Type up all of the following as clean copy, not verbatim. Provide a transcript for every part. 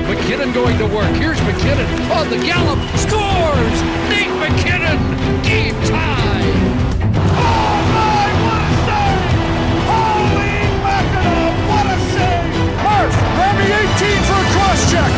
McKinnon going to work. Here's McKinnon on the gallop. Scores! Nate McKinnon! Game tie! Oh my, what a save! Holy mackerel, what a save! Murph, grab me 18 for a cross-check!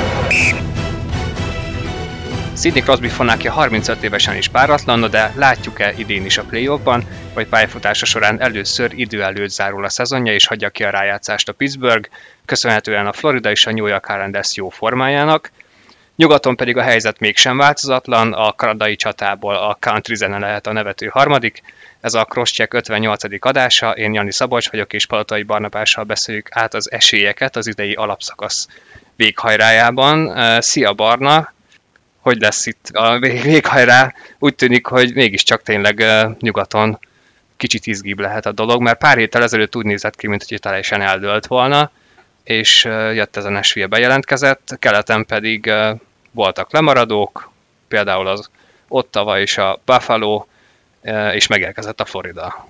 Sidney Crosby fonákja 35 évesen is páratlan, de látjuk-e idén is a playoffban, vagy pályafutása során először idő előtt zárul a szezonja és hagyja ki a rájátszást a Pittsburgh, köszönhetően a Florida és a New York Islanders jó formájának. Nyugaton pedig a helyzet mégsem változatlan, a kanadai csatából a country zene lehet a nevető harmadik. Ez a Crosscheck 58. adása, én Jani Szabolcs vagyok, és Palotai Barnabással beszéljük át az esélyeket az idei alapszakasz véghajrájában. Szia Barna! Hogy lesz itt a véghajrá? Úgy tűnik, hogy mégiscsak tényleg nyugaton kicsit izgibb lehet a dolog, mert pár héttel ezelőtt úgy nézett ki, mint hogy teljesen eldőlt volna, és jött ez a Nashville bejelentkezett, keleten pedig voltak lemaradók, például az Ottawa és a Buffalo, és megérkezett a Florida.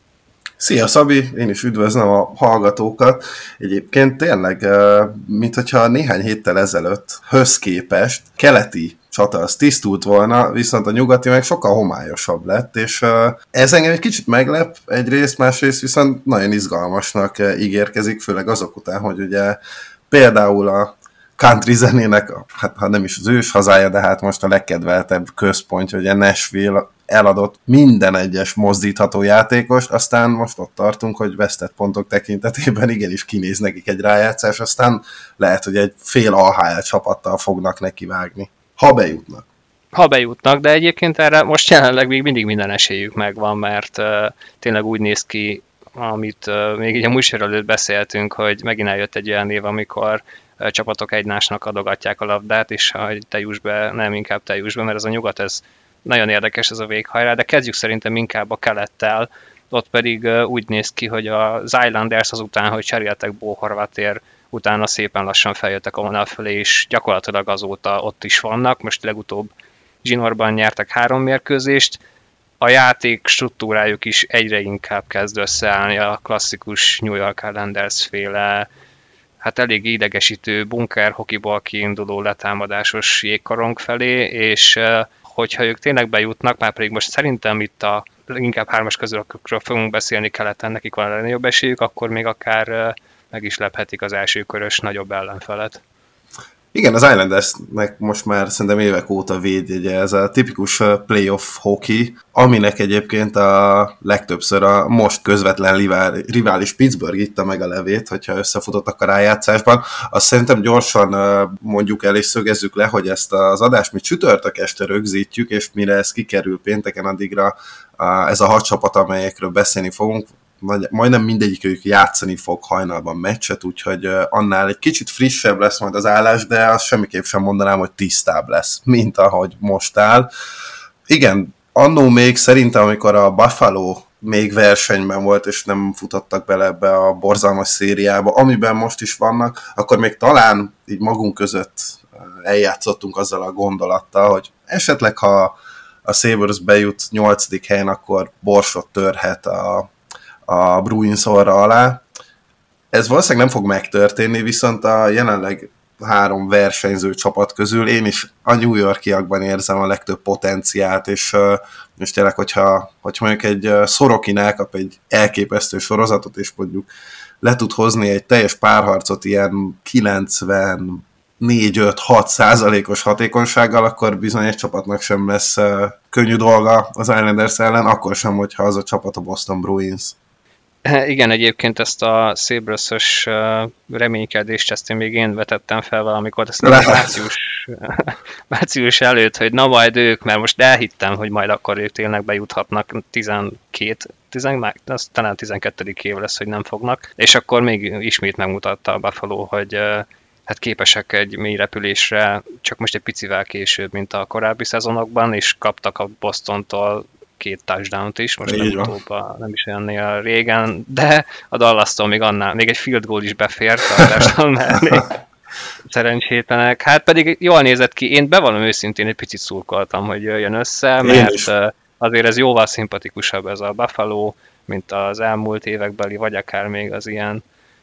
Szia Szabi, én is üdvözlöm a hallgatókat. Egyébként tényleg, mintha néhány héttel ezelőtt höz képest keleti csata az tisztult volna, viszont a nyugati meg sokkal homályosabb lett, és ez engem egy kicsit meglep egyrészt, másrészt viszont nagyon izgalmasnak ígérkezik, főleg azok után, hogy ugye például a country zenének, hát ha nem is az ős hazája, de hát most a legkedveltebb központja, ugye Nashville eladott minden egyes mozdítható játékost, aztán most ott tartunk, hogy vesztett pontok tekintetében igenis kinéz nekik egy rájátszás, aztán lehet, hogy egy fél AHL csapattal fognak nekivágni, ha bejutnak. Ha bejutnak, de egyébként erre most jelenleg még mindig minden esélyük megvan, mert tényleg úgy néz ki, amit még így a műsor előtt beszéltünk, hogy megint eljött egy olyan év, amikor csapatok egymásnak adogatják a labdát, és ha tejúsbe, nem inkább tejúsbe, mert ez a nyugat, ez nagyon érdekes ez a véghajrá, de kezdjük szerintem inkább a kelettel, ott pedig úgy néz ki, hogy az Islanders azután, hogy cseréltek Bo Horvatér, utána szépen lassan feljöttek a vonal fölé, és gyakorlatilag azóta ott is vannak, most legutóbb zsinórban nyertek 3 mérkőzést, a játék struktúrájuk is egyre inkább kezd összeállni a klasszikus New York Islanders féle, hát elég idegesítő bunker hokiból kiinduló letámadásos jégkorong felé, és hogyha ők tényleg bejutnak, már pedig most szerintem itt a inkább 3-as közökről fogunk beszélni keleten, nekik van a legnagyobb esélyük, akkor még akár meg is lephetik az első körös nagyobb ellenfelet. Igen, az Islandersnek most már szerintem évek óta védjegye ez a tipikus playoff hockey, aminek egyébként a legtöbbször a most közvetlen rivális Pittsburgh itta meg a levét, hogyha összefutottak a rájátszásban. Azt szerintem gyorsan mondjuk el és szögezzük le, hogy ezt az adást mi csütörtök este rögzítjük, és mire ez kikerül pénteken, addigra ez a 6 csapat, amelyekről beszélni fogunk, majdnem mindegyikük játszani fog hajnalban meccset, úgyhogy annál egy kicsit frissebb lesz majd az állás, de azt semmiképp sem mondanám, hogy tisztább lesz, mint ahogy most áll. Igen, annó még szerintem, amikor a Buffalo még versenyben volt, és nem futottak bele ebbe a borzalmas szériába, amiben most is vannak, akkor még talán így magunk között eljátszottunk azzal a gondolattal, hogy esetleg ha a Sabres bejut 8. helyen, akkor borsot törhet a Bruins orra alá. Ez valószínűleg nem fog megtörténni, viszont a jelenleg 3 versenyző csapat közül én is a New Yorkiakban érzem a legtöbb potenciált, és tényleg, hogyha mondjuk egy Sorokin elkap egy elképesztő sorozatot, és mondjuk le tud hozni egy teljes párharcot ilyen 94-5-6%-os hatékonysággal, akkor bizony egy csapatnak sem lesz könnyű dolga az Islanders ellen, akkor sem, hogyha az a csapat a Boston Bruins. Igen, egyébként ezt a Sabres-ös reménykedést, ezt még én vetettem fel valamikor, ezt március előtt, hogy na majd ők, mert most elhittem, hogy majd akkor ők tényleg bejuthatnak 12 év lesz, hogy nem fognak, és akkor még ismét megmutatta a Buffalo, hogy hát képesek egy mély repülésre, csak most egy picivel később, mint a korábbi szezonokban, és kaptak a Bostontól 2 touchdownt is, most nem is olyannél régen, de a Dallas-tól még egy field goal is befért a touchdown mellé. Szerencsétlenek. Hát pedig jól nézett ki, én bevallom őszintén egy picit szurkoltam, hogy jöjjön össze, mert azért ez jóval szimpatikusabb ez a Buffalo, mint az elmúlt évekbeli, vagy akár még az ilyen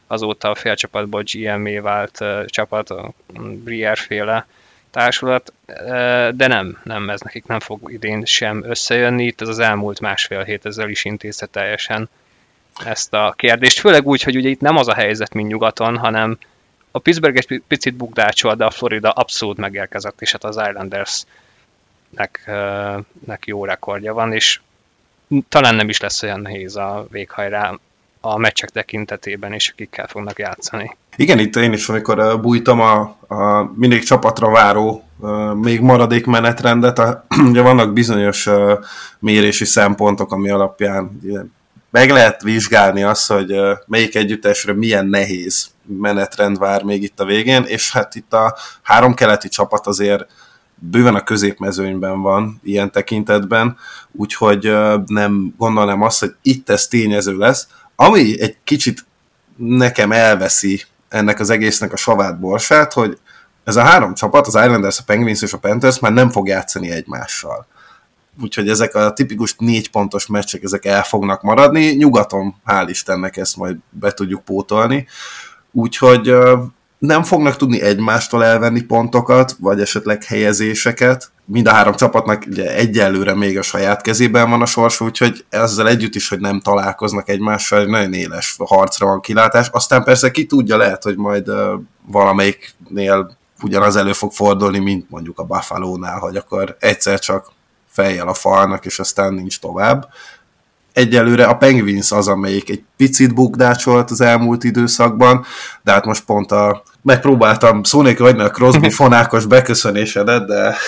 azóta a félcsapatból GM-é vált csapat, a Briere-féle társulat, de nem, ez nekik nem fog idén sem összejönni. Itt ez az elmúlt másfél hét ezzel is intézte teljesen ezt a kérdést. Főleg úgy, hogy ugye itt nem az a helyzet, mint nyugaton, hanem a Pittsburgh egy picit bukdácsol, de a Florida abszolút megérkezett, és hát az Islandersnek jó rekordja van, és talán nem is lesz olyan nehéz a véghajrá a meccsek tekintetében, és akikkel fognak játszani. Igen, itt én is, amikor bújtam a mindig csapatra váró még maradék menetrendet, ugye vannak bizonyos mérési szempontok, ami alapján meg lehet vizsgálni azt, hogy melyik együttesre milyen nehéz menetrend vár még itt a végén, és hát itt a 3 keleti csapat azért bőven a középmezőnyben van ilyen tekintetben, úgyhogy nem gondolnám azt, hogy itt ez tényező lesz. Ami egy kicsit nekem elveszi ennek az egésznek a savát borsát, hogy ez a 3 csapat, az Islanders, a Penguins és a Panthers már nem fog játszani egymással. Úgyhogy ezek a tipikus 4 pontos meccsek, ezek el fognak maradni. Nyugaton, hál' Istennek, ezt majd be tudjuk pótolni. Úgyhogy nem fognak tudni egymástól elvenni pontokat, vagy esetleg helyezéseket. Mind a 3 csapatnak ugye egyelőre még a saját kezében van a sors, úgyhogy ezzel együtt is, hogy nem találkoznak egymással, nagyon éles harcra van kilátás. Aztán persze ki tudja, lehet, hogy majd valamelyiknél ugyanaz elő fog fordulni, mint mondjuk a Buffalo-nál, hogy akkor egyszer csak fejjel a falnak, és aztán nincs tovább. Egyelőre a Penguins az, amelyik egy picit bukdácsolt az elmúlt időszakban, de hát most pont megpróbáltam szó nélkül hagyni a Crosby fonákos beköszönésedet,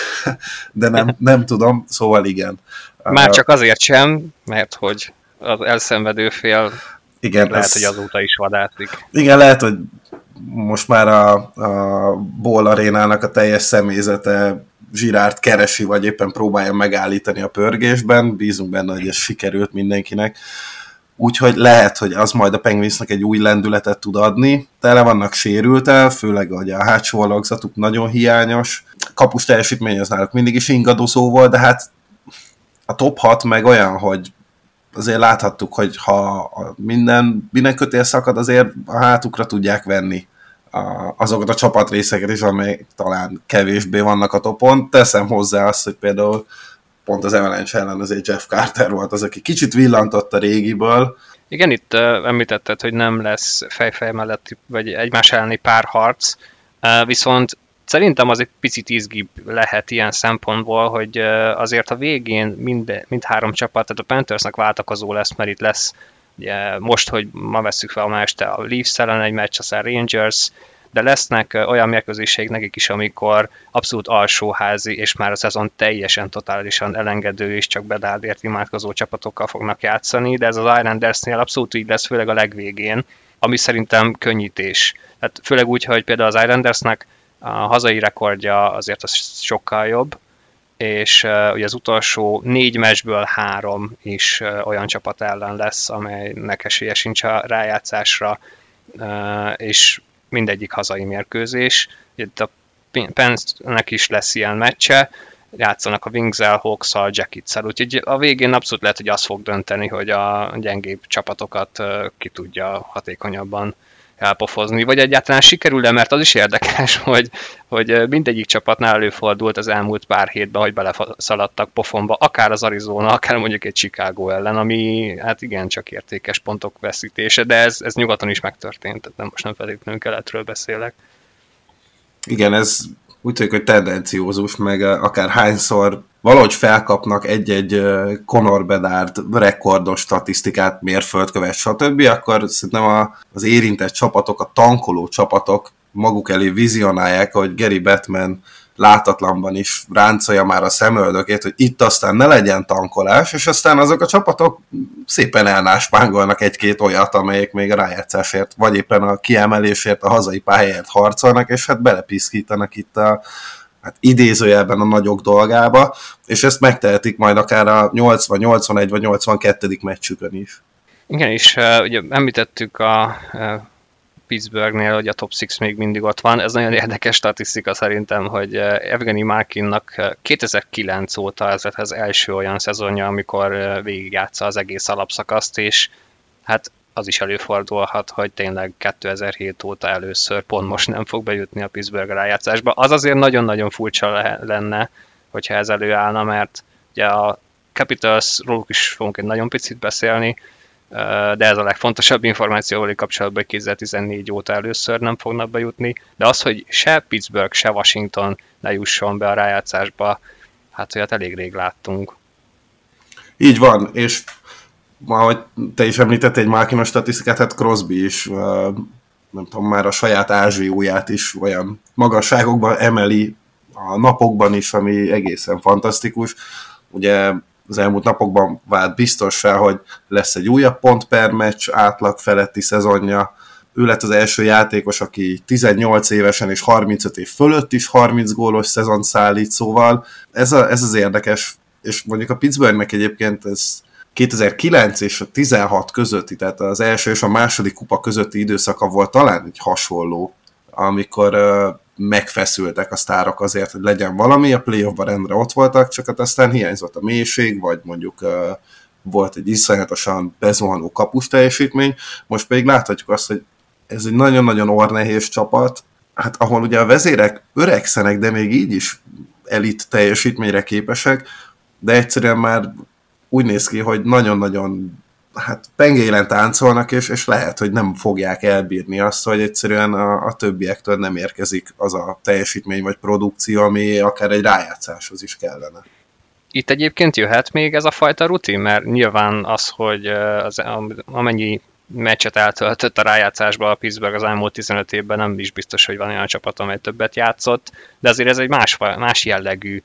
de nem tudom, szóval igen. Már csak azért sem, mert hogy az elszenvedő fél igen, lehet, hogy azóta is vadászik. Igen, lehet, hogy most már a Ball Arénának a teljes személyzete Girard keresi, vagy éppen próbálja megállítani a pörgésben, bízunk benne, hogy ez sikerült mindenkinek. Úgyhogy lehet, hogy az majd a Penguinsnek egy új lendületet tud adni. Tele vannak sérültel, főleg hogy a hátsó alakzatuk nagyon hiányos. Kapus teljesítmény az náluk mindig is ingadozó volt, de hát a top 6 meg olyan, hogy azért láthattuk, hogy ha minden kötél szakad, azért a hátukra tudják venni azokat a csapatrészeket is, amelyek talán kevésbé vannak a topon. Teszem hozzá azt, hogy például pont az Avalanche ellen azért Jeff Carter volt az, aki kicsit villantott a régiből. Igen, itt említetted, hogy nem lesz fejfej mellett, vagy egymás elleni párharc, viszont szerintem az egy picit izgibb lehet ilyen szempontból, hogy azért a végén mind 3 csapat, tehát a Panthersnek váltakozó lesz, mert itt lesz ugye, most, hogy ma vesszük fel ma este a Leafs ellen egy meccs, aztán Rangers, de lesznek olyan mérkőzések nekik is, amikor abszolút alsóházi, és már a szezon teljesen, totálisan elengedő, és csak bedáldért imádkozó csapatokkal fognak játszani, de ez az Islandersnél abszolút így lesz, főleg a legvégén, ami szerintem könnyítés. Tehát főleg úgy, hogy például az Islandersnek a hazai rekordja azért az sokkal jobb, és ugye az utolsó 4 meccsből 3 is olyan csapat ellen lesz, amelynek esélye sincs a rájátszásra, és mindegyik hazai mérkőzés. Itt a Pence-nek is lesz ilyen meccse, játszanak a Wings-el, Hawks-szal, Jackets-szel, úgyhogy a végén abszolút lehet, hogy az fog dönteni, hogy a gyengébb csapatokat ki tudja hatékonyabban elpofozni, vagy egyáltalán sikerül-e, mert az is érdekes, hogy mindegyik csapatnál előfordult az elmúlt pár hétben, hogy beleszaladtak pofonba, akár az Arizona, akár mondjuk egy Chicago ellen, ami hát igen, csak értékes pontok veszítése, de ez nyugaton is megtörtént, tehát most nem feltétlenül keletről beszélek. Igen, ez úgy tűnik, hogy tendenciózus, meg akár hányszor valahogy felkapnak egy-egy Connor Bedard rekordos statisztikát, mérföldkövet, stb., akkor szerintem az érintett csapatok, a tankoló csapatok maguk elé vizionálják, hogy Gary Bettman látatlanban is ráncolja már a szemöldökét, hogy itt aztán ne legyen tankolás, és aztán azok a csapatok szépen elnáspángolnak egy-két olyat, amelyek még a rájátszásért, vagy éppen a kiemelésért, a hazai pályáért harcolnak, és hát belepiszkítanak itt hát idézőjelben a nagyok dolgába, és ezt megtehetik majd akár a 80, 81 vagy 82. meccsükön is. Igen, és ugye említettük a Pittsburghnél, hogy a top 6 még mindig ott van. Ez nagyon érdekes statisztika szerintem, hogy Evgeny Malkinnak 2009 óta ez az első olyan szezonja, amikor végigjátsza az egész alapszakaszt, és hát az is előfordulhat, hogy tényleg 2007 óta először pont most nem fog bejutni a Pittsburgh a rájátszásba. Az azért nagyon-nagyon furcsa lenne, hogyha ez előállna, mert ugye a Capitals-ról is fogunk egy nagyon picit beszélni, de ez a legfontosabb információval kapcsolatban 2014 óta először nem fognak bejutni, de az, hogy se Pittsburgh, se Washington ne jusson be a rájátszásba, hát olyat elég rég láttunk. Így van, és ahogy te is említett egy Malkinos statisztikát, hát Crosby is, nem tudom, már a saját ázsióját is olyan magasságokban emeli a napokban is, ami egészen fantasztikus. Ugye az elmúlt napokban vált biztossá, hogy lesz egy újabb pont per meccs átlag feletti szezonja. Ő lett az első játékos, aki 18 évesen és 35 év fölött is 30 gólos szezont szállít, szóval ez az érdekes, és mondjuk a Pittsburghnek egyébként ez 2009 és a 16 közötti, tehát az első és a második kupa közötti időszaka volt talán egy hasonló, amikor megfeszültek a sztárok azért, hogy legyen valami, a playoffban rendre ott voltak, csak hát aztán hiányzott a mélység, vagy mondjuk volt egy iszonyatosan bezuhanó kapus teljesítmény, most pedig láthatjuk azt, hogy ez egy nagyon-nagyon orrnehéz csapat, hát ahol ugye a vezérek öregszenek, de még így is elit teljesítményre képesek, de egyszerűen már úgy néz ki, hogy nagyon-nagyon pengélen táncolnak, és lehet, hogy nem fogják elbírni azt, hogy egyszerűen a többiektől nem érkezik az a teljesítmény vagy produkció, ami akár egy rájátszáshoz is kellene. Itt egyébként jöhet még ez a fajta rutin, mert nyilván az, hogy amennyi meccset eltöltött a rájátszásban a Pittsburgh az elmúlt 15 évben, nem is biztos, hogy van olyan csapat, amely többet játszott, de azért ez egy más jellegű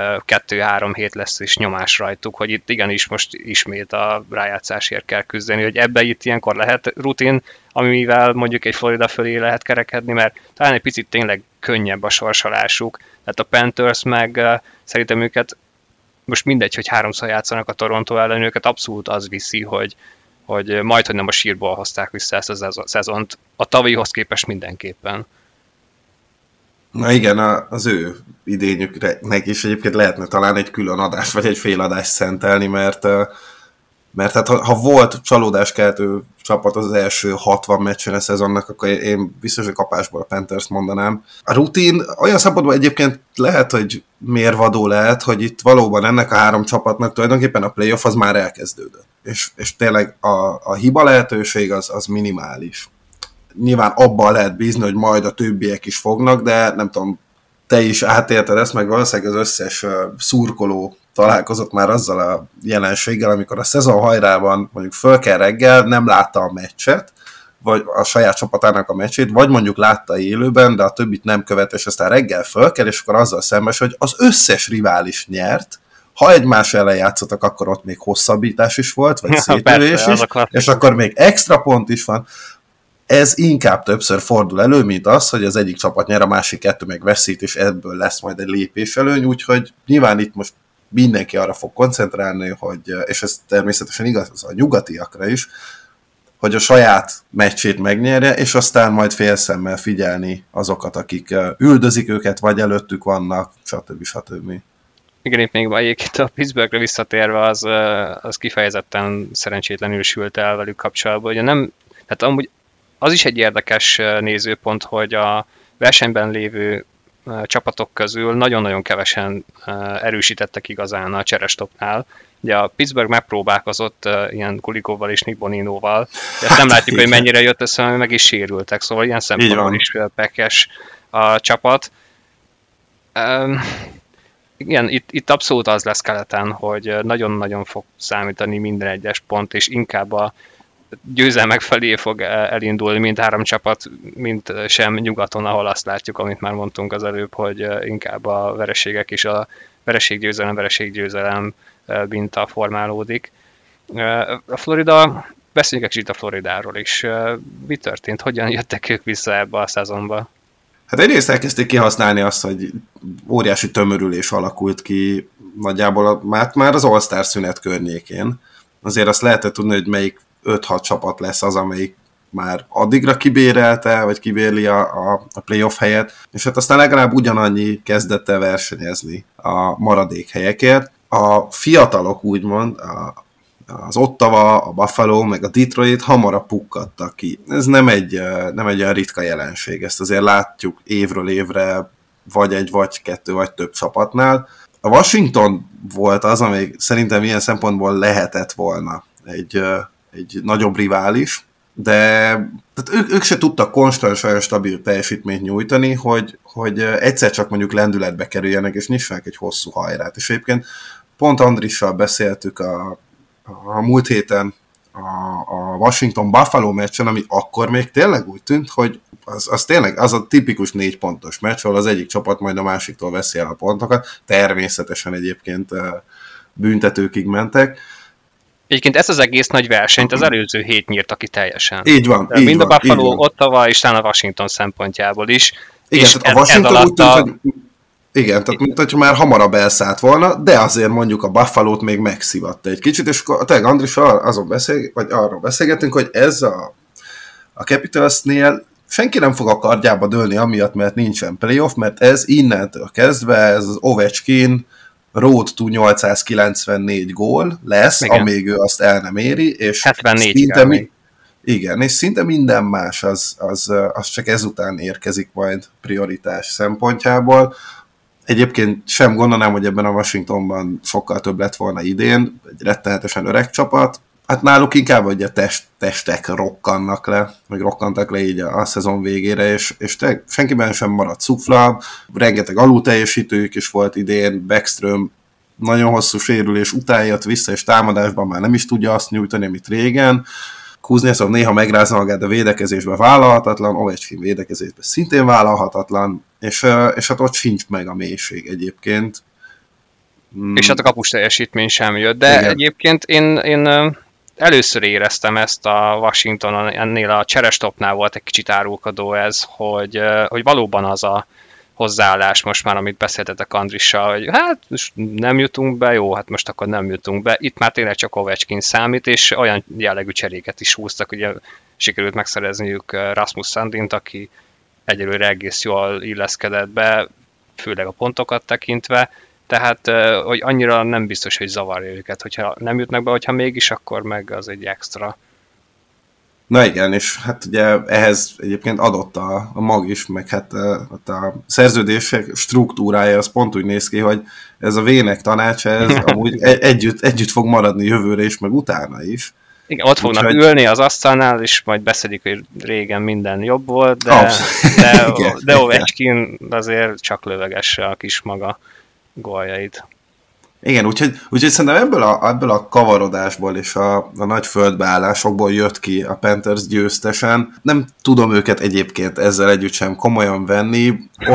2-3 hét lesz is nyomás rajtuk, hogy itt igenis most ismét a rájátszásért kell küzdeni, hogy ebbe itt ilyenkor lehet rutin, amivel mondjuk egy Florida fölé lehet kerekedni, mert talán egy picit tényleg könnyebb a sorsolásuk. Tehát a Panthers meg szerintem őket most mindegy, hogy 3-szor játszanak a Toronto ellen, őket abszolút az viszi, hogy majd, hogy nem a sírból hozták vissza ezt a szezont, a tavalyihoz képest mindenképpen. Na igen, az ő idényüknek is egyébként lehetne talán egy külön adást, vagy egy fél adást szentelni, mert hát ha volt csalódáskeltő csapat az első 60 meccsen a szezonnak, akkor én biztos, hogy kapásból a Panthers mondanám. A rutin olyan szempontból egyébként lehet, hogy mérvadó lehet, hogy itt valóban ennek a 3 csapatnak tulajdonképpen a playoff az már elkezdődött. És tényleg a hiba lehetőség az minimális. Nyilván abban lehet bízni, hogy majd a többiek is fognak, de nem tudom, te is átélted ezt, meg valószínűleg az összes szurkoló találkozott már azzal a jelenséggel, amikor a szezon hajrában mondjuk föl kell reggel, nem látta a meccset, vagy a saját csapatának a meccsét, vagy mondjuk látta élőben, de a többit nem követ, és aztán reggel föl kell, és akkor azzal szembes, hogy az összes rivális nyert, ha egymás ellen játszottak, akkor ott még hosszabbítás is volt, vagy szétülés is, és akkor még extra pont is van. Ez inkább többször fordul elő, mint az, hogy az egyik csapat nyer, a másik 2 meg veszít, és ebből lesz majd egy lépéselőny, úgyhogy nyilván itt most mindenki arra fog koncentrálni, hogy, és ez természetesen igaz a nyugatiakra is, hogy a saját meccsét megnyerje, és aztán majd félszemmel figyelni azokat, akik üldözik őket, vagy előttük vannak, stb. Igen, itt még egyébként a Pittsburghre visszatérve az kifejezetten szerencsétlenül sült el velük kapcsolatban. Ugye nem, tehát amúgy az is egy érdekes nézőpont, hogy a versenyben lévő csapatok közül nagyon-nagyon kevesen erősítettek igazán a cserestopnál. Ugye a Pittsburgh megpróbálkozott ilyen Kulikovval és Nick Boninóval, de ezt nem látjuk, hogy mennyire jött össze, mert meg is sérültek, szóval ilyen szempontból is pekes a csapat. Igen, itt abszolút az lesz keleten, hogy nagyon-nagyon fog számítani minden egyes pont, és inkább a győzelmek felé fog elindulni mind 3 csapat, mint sem nyugaton, ahol azt látjuk, amit már mondtunk az előbb, hogy inkább a vereségek és a vereséggyőzelem minta formálódik. A Florida, beszéljünk egy kicsit a Floridáról is. Mi történt? Hogyan jöttek ők vissza ebbe a szezonba? Hát egyrészt elkezdték kihasználni azt, hogy óriási tömörülés alakult ki nagyjából már az All-Star szünet környékén. Azért azt lehetett tudni, hogy melyik 5-6 csapat lesz az, amelyik már addigra kibérelte, vagy kibérli a playoff helyet, és hát aztán legalább ugyanannyi kezdett el versenyezni a maradék helyekért. A fiatalok úgymond, az Ottawa, a Buffalo, meg a Detroit hamarabb pukkadtak ki. Ez nem egy olyan ritka jelenség, ezt azért látjuk évről évre, vagy egy, vagy kettő, vagy több csapatnál. A Washington volt az, amely szerintem ilyen szempontból lehetett volna egy nagyobb rivális, de tehát ők se tudtak konstans, olyan stabil teljesítményt nyújtani, hogy egyszer csak mondjuk lendületbe kerüljenek, és nyissanak egy hosszú hajrát. És egyébként pont Andrissal beszéltük a múlt héten a Washington-Buffalo meccsen, ami akkor még tényleg úgy tűnt, hogy az tényleg az a tipikus 4 pontos meccs, ahol az egyik csapat majd a másiktól veszi el a pontokat. Természetesen egyébként büntetőkig mentek. Egyébként ezt az egész nagy versenyt az előző hét nyírta ki teljesen. Így van. Mind a Buffalo, Ottawa és talán a Washington szempontjából is. Igen, és tehát a Washington úgy tűnt, hogy igen, tehát mint hogyha már hamarabb elszállt volna, de azért mondjuk a Buffalo-t még megszivatta egy kicsit, és tényleg Andrissal arról beszélgetünk, hogy ez a Capitalsnél senki nem fog a kardjába dőlni amiatt, mert nincsen playoff, mert ez innentől kezdve, ez az Ovechkin Road to 894 gól lesz, igen, amíg ő azt el nem éri, és 74 igen, és szinte minden más az csak ezután érkezik majd prioritás szempontjából. Egyébként sem gondolnám, hogy ebben a Washingtonban sokkal több lett volna idén, egy rettenetesen öreg csapat. Hát náluk inkább, hogy a testek rokkantak le így a szezon végére, és senkiben sem maradt szufla, rengeteg alulteljesítőjük is volt idén, Backstrom nagyon hosszú sérülés után jött vissza, és támadásban már nem is tudja azt nyújtani, amit régen. Kuznetsov néha megrázza magát, a védekezésben vállalhatatlan, Ovechkin védekezésben szintén vállalhatatlan, és hát ott sincs meg a mélység egyébként. És hát a kapus teljesítmény sem jött, de igen, egyébként én először éreztem ezt a Washingtonon, ennél a cserestopnál volt egy kicsit árulkodó ez, hogy valóban az a hozzáállás most már, amit beszéltetek Andrissal, hogy hát most nem jutunk be, jó, hát most akkor nem jutunk be. Itt már tényleg csak Ovechkin számít, és olyan jellegű cseréket is húztak, ugye sikerült megszerezniük Rasmus Sandint, aki egyelőre egész jól illeszkedett be, főleg a pontokat tekintve, tehát hogy annyira nem biztos, hogy zavarja őket, hogyha nem jutnak be, hogyha mégis, akkor meg az egy extra. Na igen, és hát ugye ehhez egyébként adott a mag is, meg hát a szerződések struktúrája az pont úgy néz ki, hogy ez a vének tanácsa, ez amúgy együtt fog maradni jövőre is, meg utána is. Igen, ott fognak ülni az asztalnál, és majd beszedik, hogy régen minden jobb volt, de Ovechkin azért csak lövegesse a kis maga góljait. Igen, úgyhogy szerintem ebből a kavarodásból és a nagy földbeállásokból jött ki a Panthers győztesen. Nem tudom őket egyébként ezzel együtt sem komolyan venni.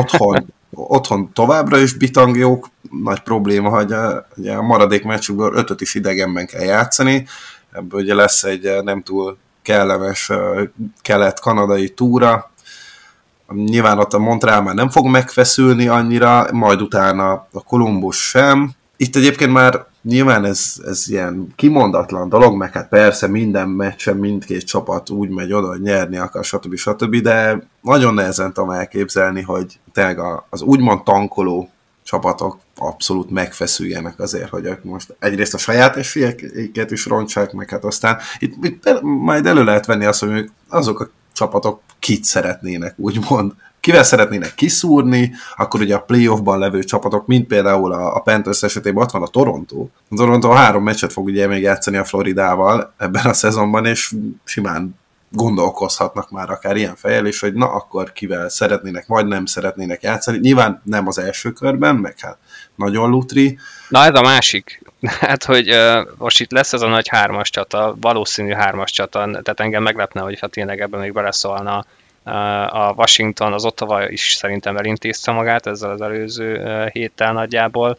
Otthon továbbra is bitangjók, nagy probléma, hogy a maradék meccsükből 5-öt is idegenben kell játszani. Ebből ugye lesz egy nem túl kellemes kelet-kanadai túra. Nyilván ott a Montreal már nem fog megfeszülni annyira, majd utána a Columbus sem. Itt egyébként már nyilván ez ilyen kimondatlan dolog, meg hát persze minden meccsen mindkét csapat úgy megy oda, hogy nyerni akar, stb. De nagyon nehezen tudom elképzelni, hogy tényleg az úgymond tankoló csapatok abszolút megfeszüljenek azért, hogy ők most egyrészt a saját esélyeket is rontsák, meg hát aztán itt majd elő lehet venni azt, hogy azok a csapatok kit szeretnének, úgymond. Kivel szeretnének kiszúrni, akkor ugye a playoffban levő csapatok, mint például a Panthers esetében ott van a Toronto. A Toronto 3 meccset fog ugye még játszani a Floridával ebben a szezonban, és simán gondolkozhatnak már akár ilyen fejjel is, hogy na akkor kivel szeretnének, vagy nem szeretnének játszani. Nyilván nem az első körben, meg hát nagyon lutri. Na ez a másik. Hát, hogy most itt lesz ez a nagy 3-as csata, valószínű 3-as csata, tehát engem meglepne, hogy ha tényleg ebben még beleszólna a Washington, az Ottawa is szerintem elintézte magát ezzel az előző héttel nagyjából,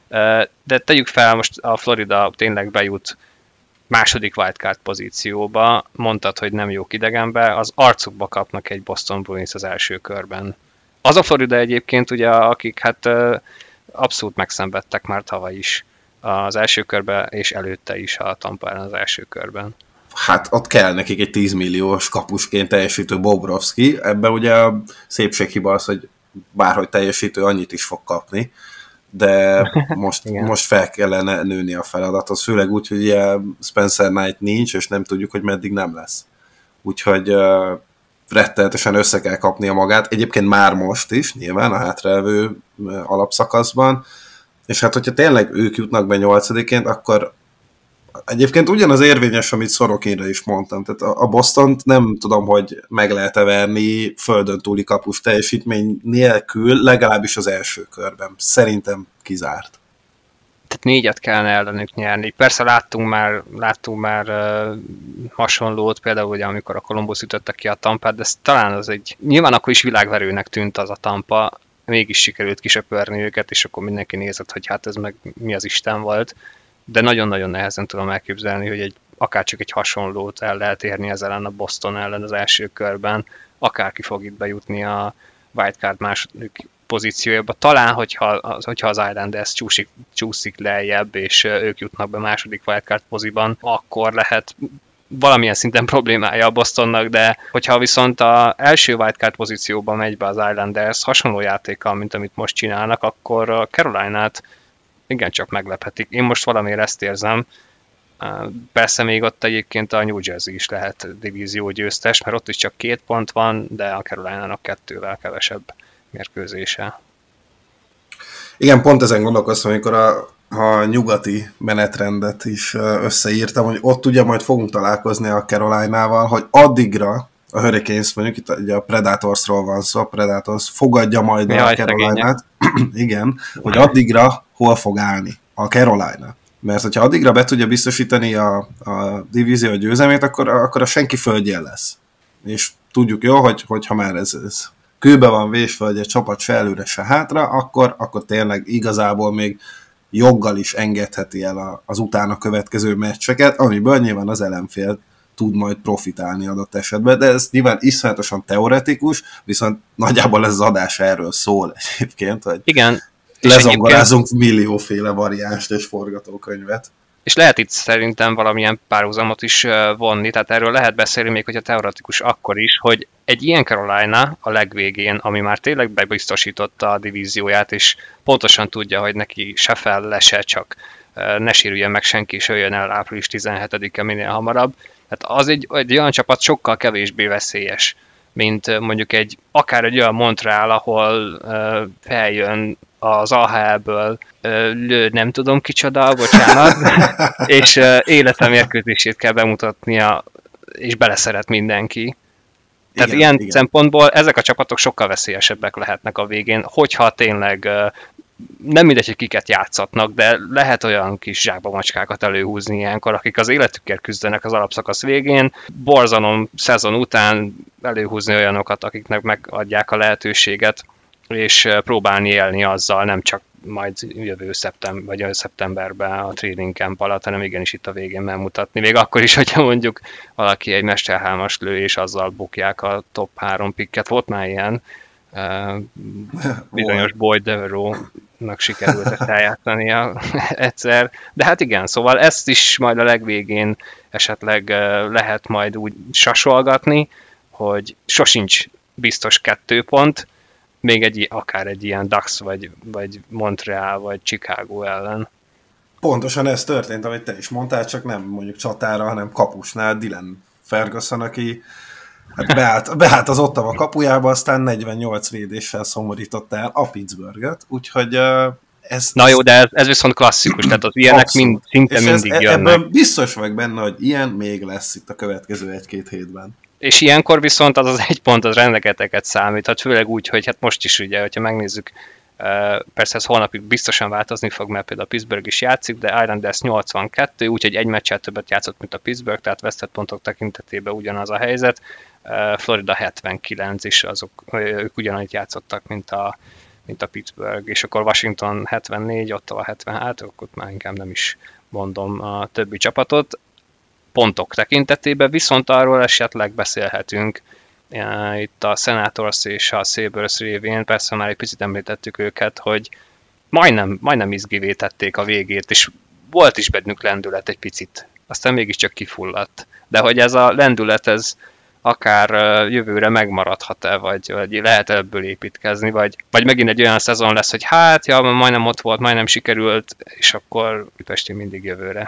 de tegyük fel, most a Florida tényleg bejut második wildcard pozícióba, mondtad, hogy nem jók idegenbe, az arcukba kapnak egy Boston Bruins az első körben. Az a Florida egyébként, ugye, akik hát abszolút megszenvedtek már tavaly is az első körben, és előtte is a Tampa ellen az első körben. Hát ott kell nekik egy 10 milliós kapusként teljesítő Bobrovsky, ebben ugye a szépséghiba az, hogy bárhogy teljesítő annyit is fog kapni, de most fel kellene nőni a feladathoz, főleg úgy, hogy ilyen Spencer Knight nincs, és nem tudjuk, hogy meddig nem lesz. Úgyhogy rettenetesen össze kell kapnia magát, egyébként már most is, nyilván a hátraelvő alapszakaszban, és hát hogyha tényleg ők jutnak be 8-ként, akkor egyébként ugyanaz érvényes, amit Sorokinra is mondtam, tehát a Bostont nem tudom, hogy meg lehet-e verni földön túli kapus teljesítmény nélkül, legalábbis az első körben. Szerintem kizárt. Tehát 4-et kellene ellenük nyerni. Persze láttunk már hasonlót, például ugye, amikor a Columbus ütötte ki a Tampát, de talán az nyilván akkor is világverőnek tűnt az a Tampa, mégis sikerült kisöpörni őket, és akkor mindenki nézett, hogy hát ez meg mi az Isten volt. De nagyon-nagyon nehezen tudom elképzelni, hogy akárcsak egy hasonlót el lehet érni ezzel ellen a Boston ellen az első körben, akárki fog itt bejutni a wildcard második pozíciójába. Talán, hogyha az Islanders csúszik lejjebb, és ők jutnak be második wildcard poziban, akkor lehet valamilyen szinten problémája a Bostonnak, de hogyha viszont az első wildcard pozícióban megy be az Islanders hasonló játékkal, mint amit most csinálnak, akkor a Caroline-át igencsak meglephetik. Én most valamiért ezt érzem. Persze még ott egyébként a New Jersey is lehet divízió győztes, mert ott is csak 2 pont van, de a Carolina-nak 2-vel kevesebb mérkőzése. Igen, pont ezen gondolkoztam, amikor a nyugati menetrendet is összeírtam, hogy ott ugye majd fogunk találkozni a Caroline-nával, hogy addigra a Hurricanes, mondjuk itt ugye a Predatorsról van szó, a Predators fogadja majd a Caroline-át. Igen, hogy addigra hol fog állni a Carolina. Mert hogyha addigra be tudja biztosítani a divízió győzelmét, akkor a senki földjén lesz. És tudjuk jó, hogy ha már ez kőbe van vésve, hogy egy csapat se előre, se hátra, akkor tényleg igazából még joggal is engedheti el az utána következő meccseket, amiből nyilván az ellenfél tud majd profitálni adott esetben, de ez nyilván iszonyatosan teoretikus, viszont nagyjából ez az adás erről szól egyébként, hogy igen, lezongorázunk millióféle variánst és forgatókönyvet. És lehet itt szerintem valamilyen párhuzamot is vonni, tehát erről lehet beszélni még, hogyha teoretikus akkor is, hogy egy ilyen Carolina a legvégén, ami már tényleg bebiztosította a divízióját, és pontosan tudja, hogy neki se fel, se csak ne sérüljen meg senki, és jöjjön el április 17-e minél hamarabb. Tehát az egy olyan csapat sokkal kevésbé veszélyes, mint mondjuk akár egy olyan Montreal, ahol feljön az AHL-ből nem tudom kicsoda, bocsánat, és életemérkőzését kell bemutatnia, és beleszeret mindenki. Tehát igen. Szempontból ezek a csapatok sokkal veszélyesebbek lehetnek a végén, hogyha tényleg nem mindegy, hogy kiket játszatnak, de lehet olyan kis zsákba macskákat előhúzni ilyenkor, akik az életükért küzdenek az alapszakasz végén, borzalom szezon után előhúzni olyanokat, akiknek megadják a lehetőséget, és próbálni élni azzal, nem csak majd jövő szeptemberben a training camp alatt, hanem igenis itt a végén megmutatni. Még akkor is, hogyha mondjuk valaki egy mesterhármas lő, és azzal bukják a top 3 picket. Volt már ilyen, bizonyos Boyd Devereaux-nak sikerült ezt eljátszania egyszer. De hát igen, szóval ezt is majd a legvégén esetleg lehet majd úgy sasolgatni, hogy sosincs biztos 2 pont, még akár egy ilyen Ducks, vagy Montreal, vagy Chicago ellen. Pontosan ez történt, amit te is mondtál, csak nem mondjuk csatára, hanem kapusnál Dylan Ferguson, aki beállt az Ottawa kapujába, aztán 48 védéssel szomorította el a Pittsburghet, úgyhogy ez... Na jó, de ez viszont klasszikus, tehát az ilyenek szinte mindig jönnek. Ebben biztos vagyok benne, hogy ilyen még lesz itt a következő 1-2 hétben. És ilyenkor viszont az 1 pont az rengeteget számít, hát főleg úgy, hogy hát most is ugye, hogyha megnézzük, persze ez holnapig biztosan változni fog, mert például a Pittsburgh is játszik, de Islanders 82, úgyhogy egy meccsel többet játszott, mint a Pittsburgh, tehát vesztett pontok tekintetében ugyanaz a helyzet. Florida 79 is, ők ugyanannyit játszottak, mint a Pittsburgh, és akkor Washington 74, Ottawa 76, akkor már inkább nem is mondom a többi csapatot. Pontok tekintetében, viszont arról esetleg beszélhetünk itt a Senators és a Sabres révén, persze már egy picit említettük őket, hogy majdnem izgivé tették a végét, és volt is bennük lendület egy picit, aztán mégiscsak kifulladt. De hogy ez a lendület, ez akár jövőre megmaradhat-e, vagy lehet ebből építkezni, vagy megint egy olyan szezon lesz, hogy hát, ja, majdnem ott volt, majdnem sikerült, és akkor Pesti mindig jövőre.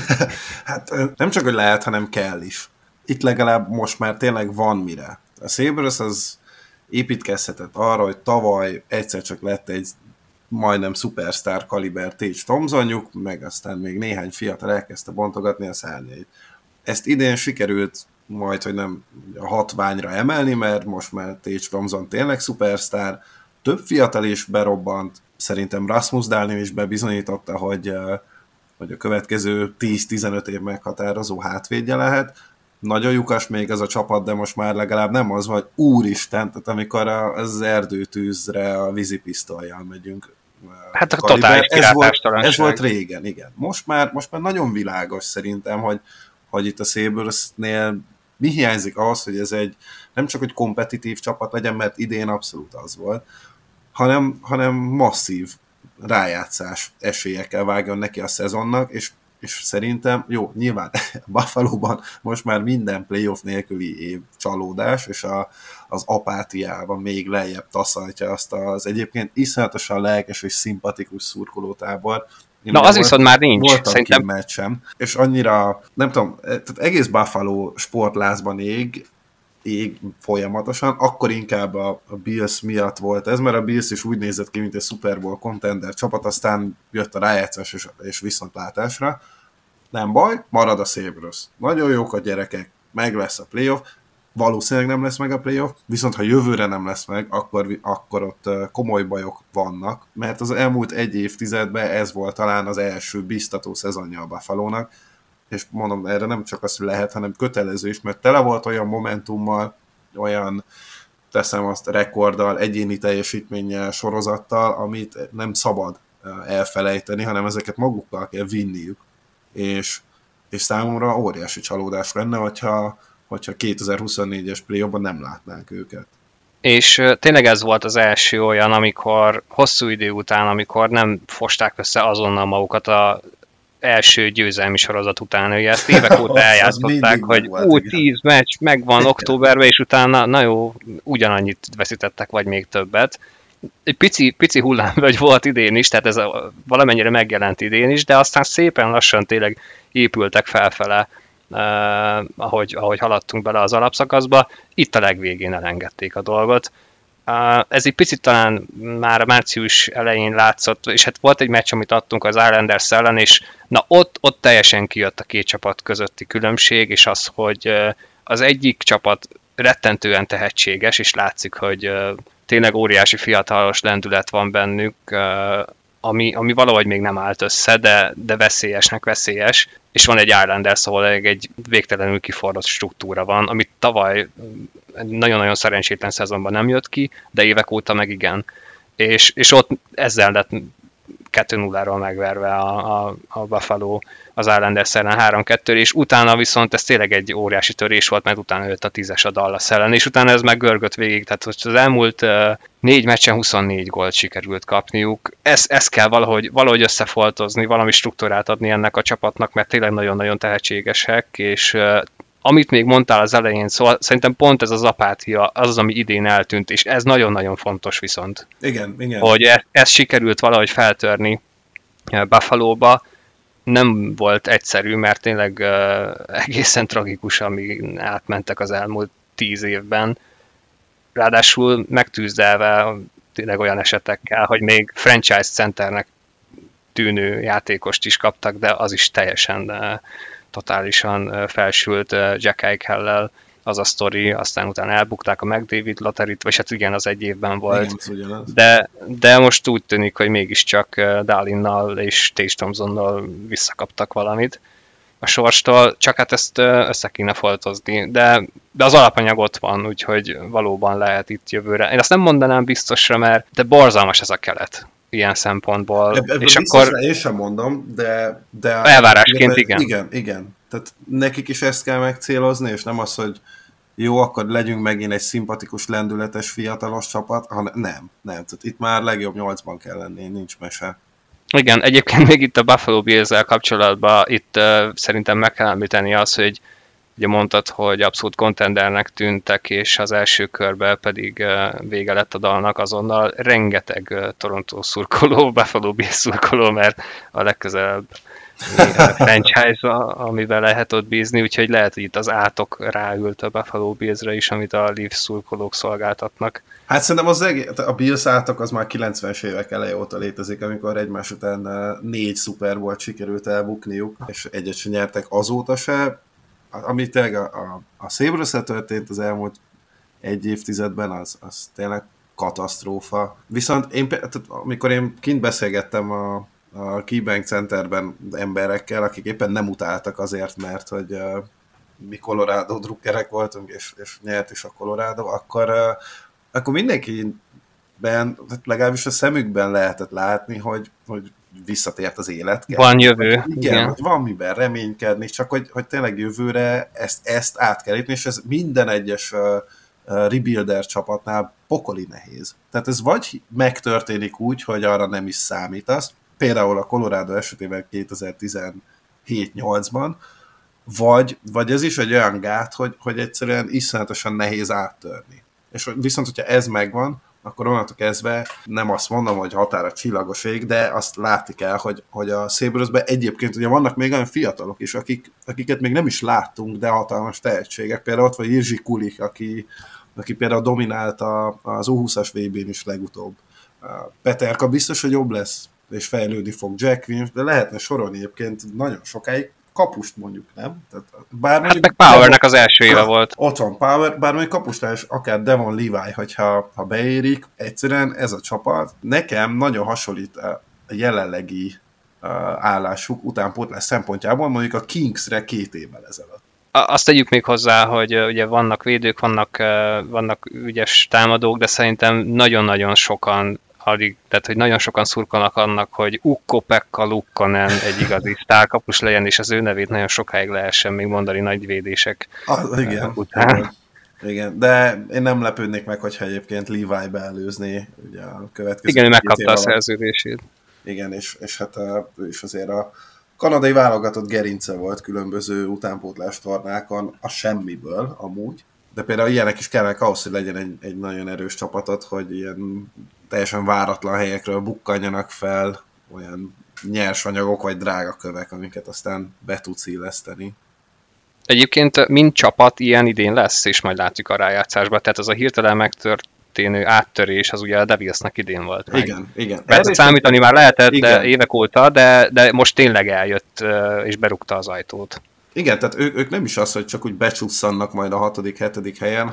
Hát nem csak, hogy lehet, hanem kell is. Itt legalább most már tényleg van mire. A Sabres az építkezhetett arra, hogy tavaly egyszer csak lett egy majdnem szupersztár kaliber Tage Thompsonjuk, meg aztán még néhány fiatal elkezdte bontogatni a szárnyait. Ezt idén sikerült majd, hogy nem a hatványra emelni, mert most már Tage Thompson tényleg szupersztár, több fiatal is berobbant, szerintem Rasmus Dahlin is bebizonyította, hogy a következő 10-15 év meghatározó hátvédje lehet. Nagyon lyukas még ez a csapat, de most már legalább nem az, hogy úristen, tehát amikor az erdőtűzre a vízipisztolyjal megyünk. Hát a totális kilátástalanság. Ez volt régen, igen. Most már nagyon világos szerintem, hogy itt a Sabresnél mi hiányzik ahhoz, hogy ez egy nem csak egy kompetitív csapat legyen, mert idén abszolút az volt, hanem masszív rájátszás esélyekkel vágjon neki a szezonnak, és szerintem, jó, nyilván Buffalo-ban most már minden playoff nélküli év csalódás, és az apátiában még lejjebb taszaltja azt az egyébként iszonyatosan lelkes és szimpatikus szurkolótábor. Na, az viszont már nincs. Voltam szerintem meccsen, és annyira, nem tudom, tehát egész Buffalo sportlázban ég folyamatosan, akkor inkább a Bills miatt volt ez, mert a Bills is úgy nézett ki, mint egy Super Bowl contender csapat, aztán jött a rájátszás és viszontlátásra. Nem baj, marad a Sabres. Nagyon jók a gyerekek, meg lesz a playoff, valószínűleg nem lesz meg a playoff, viszont ha jövőre nem lesz meg, akkor ott komoly bajok vannak, mert az elmúlt egy évtizedben ez volt talán az első biztató szezonja a Buffalónak, és mondom, erre nem csak az, hogy lehet, hanem kötelező is, mert tele volt olyan momentummal, olyan, teszem azt, rekorddal, egyéni teljesítménnyel, sorozattal, amit nem szabad elfelejteni, hanem ezeket magukkal kell vinniük. És számomra óriási csalódás lenne, hogyha 2024-es play-offban nem látnánk őket. És tényleg ez volt az első olyan, amikor hosszú idő után, amikor nem fosták össze azonnal magukat a első győzelmi sorozat után, hogy ezt évek óta eljátszották, hogy 10 meccs megvan októberben, és utána, na jó, ugyanannyit veszítettek, vagy még többet. Egy pici hullámvölgy volt idén is, tehát ez valamennyire megjelent idén is, de aztán szépen lassan tényleg épültek felfele, ahogy haladtunk bele az alapszakaszba. Itt a legvégén elengedték a dolgot. Ez egy picit talán már március elején látszott, és hát volt egy meccs, amit adtunk az Islanders ellen, és na ott teljesen kijött a két csapat közötti különbség, és az, hogy az egyik csapat rettentően tehetséges, és látszik, hogy tényleg óriási fiatalos lendület van bennük, ami valahogy még nem állt össze, de veszélyes, és van egy Islanders, ahol egy végtelenül kiforrott struktúra van, amit tavaly nagyon-nagyon szerencsétlen szezonban nem jött ki, de évek óta meg igen. És ott ezzel lett 2-0-ról megverve a Buffalo az Islanders ellen 3-2, és utána viszont ez tényleg egy óriási törés volt, mert utána jött a 10-es a Dallas ellen, és utána ez meg görgött végig, tehát az elmúlt 4 meccsen 24 gólt sikerült kapniuk. Ezt kell valahogy összefoltozni, valami struktúrát adni ennek a csapatnak, mert tényleg nagyon-nagyon tehetségesek, és amit még mondtál az elején, szóval szerintem pont ez az apátia, az, ami idén eltűnt, és ez nagyon-nagyon fontos viszont. Igen. Hogy ezt sikerült valahogy feltörni Buffalóba, nem volt egyszerű, mert tényleg egészen tragikus, amíg átmentek az elmúlt 10 évben. Ráadásul megtűzdelve tényleg olyan esetekkel, hogy még franchise centernek tűnő játékost is kaptak, de az is teljesen totálisan felsült Jack Eichel-lel az a sztori, aztán utána elbukták a McDavid lotterit, vagy hát igen, az egy évben volt. Igen, de most úgy tűnik, hogy mégiscsak Dahlinnal és Tage Thompsonnal visszakaptak valamit a sorstól, csak hát ezt össze kéne foltozni. De az alapanyag ott van, úgyhogy valóban lehet itt jövőre. Én azt nem mondanám biztosra, de borzalmas ez a kelet ilyen szempontból. Ebből és akkor én sem mondom, de elvárásként igen. Igen. Tehát nekik is ezt kell megcélozni, és nem az, hogy jó, akkor legyünk megint egy szimpatikus, lendületes, fiatalos csapat, hanem nem. Tehát itt már legjobb 8-ban kell lenni, nincs mese. Igen, egyébként még itt a Buffalo Bills-zel kapcsolatban itt szerintem meg kell említeni az, hogy ugye mondtad, hogy abszolút contendernek tűntek, és az első körben pedig vége lett a dalnak azonnal. Rengeteg Toronto szurkoló, Buffalo Bills szurkoló, mert a legközelebb franchise, amiben lehet ott bízni, úgyhogy lehet, hogy itt az átok ráült a Buffalo Billsre is, amit a Leafs szurkolók szolgáltatnak. Hát szerintem a Bills átok az már 90-es évek eleje óta létezik, amikor egymás után 4 Super Bowl sikerült elbukniuk, és egyet sem nyertek azóta se. Ami tényleg a Sabres-el történt az elmúlt egy évtizedben, az tényleg katasztrófa. Viszont amikor én kint beszélgettem a KeyBank Centerben emberekkel, akik éppen nem utáltak azért, mert hogy mi Colorado drukkerek voltunk, és nyert is a Colorado, akkor mindenkiben, legalábbis a szemükben lehetett látni, hogy visszatért az élet. Van jövő. Igen, hogy van miben reménykedni, csak hogy tényleg jövőre ezt át kell lépni, és ez minden egyes rebuilder csapatnál pokoli nehéz. Tehát ez vagy megtörténik úgy, hogy arra nem is számítasz, például a Colorado esetében 2017-8-ban, vagy ez is egy olyan gát, hogy egyszerűen iszonyatosan nehéz áttörni. És viszont, hogyha ez megvan, akkor onnantól kezdve nem azt mondom, hogy határa csillagos ég, de azt látni kell, hogy a Sabresben egyébként ugye vannak még olyan fiatalok is, akiket még nem is láttunk, de hatalmas tehetségek. Például ott van Jiří Kulich, aki például dominálta az U20-as VB-n is legutóbb. Peterka biztos, hogy jobb lesz, és fejlődni fog. Jack Williams, de lehetne sorolni egyébként nagyon sokáig. Kapust mondjuk, nem? Tehát, hát meg Powernek az első éve volt. Ott van Power, bár mondjuk kapustán is akár Devon Levi, hogyha beérik, egyszerűen ez a csapat nekem nagyon hasonlít a jelenlegi állásuk utánpótlás szempontjából, mondjuk a Kingsre 2 évvel ezelőtt. Azt tegyük még hozzá, hogy ugye vannak védők, vannak ügyes támadók, de szerintem nagyon-nagyon sokan tehát, hogy nagyon sokan szurkolnak annak, hogy Ukko-Pekka Lukkonen egy igazi sztárkapus legyen, és az ő nevét nagyon sokáig lehessen még mondani nagy védések után. Igen, de én nem lepődnék meg, hogyha egyébként Levi beelőzné ugye a következő. Igen, ő megkapta a szerződését. Igen, és hát ő is azért a kanadai válogatott gerince volt különböző utánpótlás tornákon a semmiből amúgy. De például ilyenek is kellene ahhoz, hogy legyen egy nagyon erős csapatot, hogy ilyen teljesen váratlan helyekről bukkanjanak fel olyan nyersanyagok vagy drága kövek, amiket aztán be tudsz illeszteni. Egyébként mind csapat ilyen idén lesz, és majd látjuk a rájátszásban. Tehát az a hirtelen megtörténő áttörés, az ugye a Devilsnek idén volt meg. Igen. Mert számítani már lehetett de évek óta, de most tényleg eljött és berúgta az ajtót. Igen, tehát ők nem is az, hogy csak úgy becsusszannak majd a 6.-7. helyen,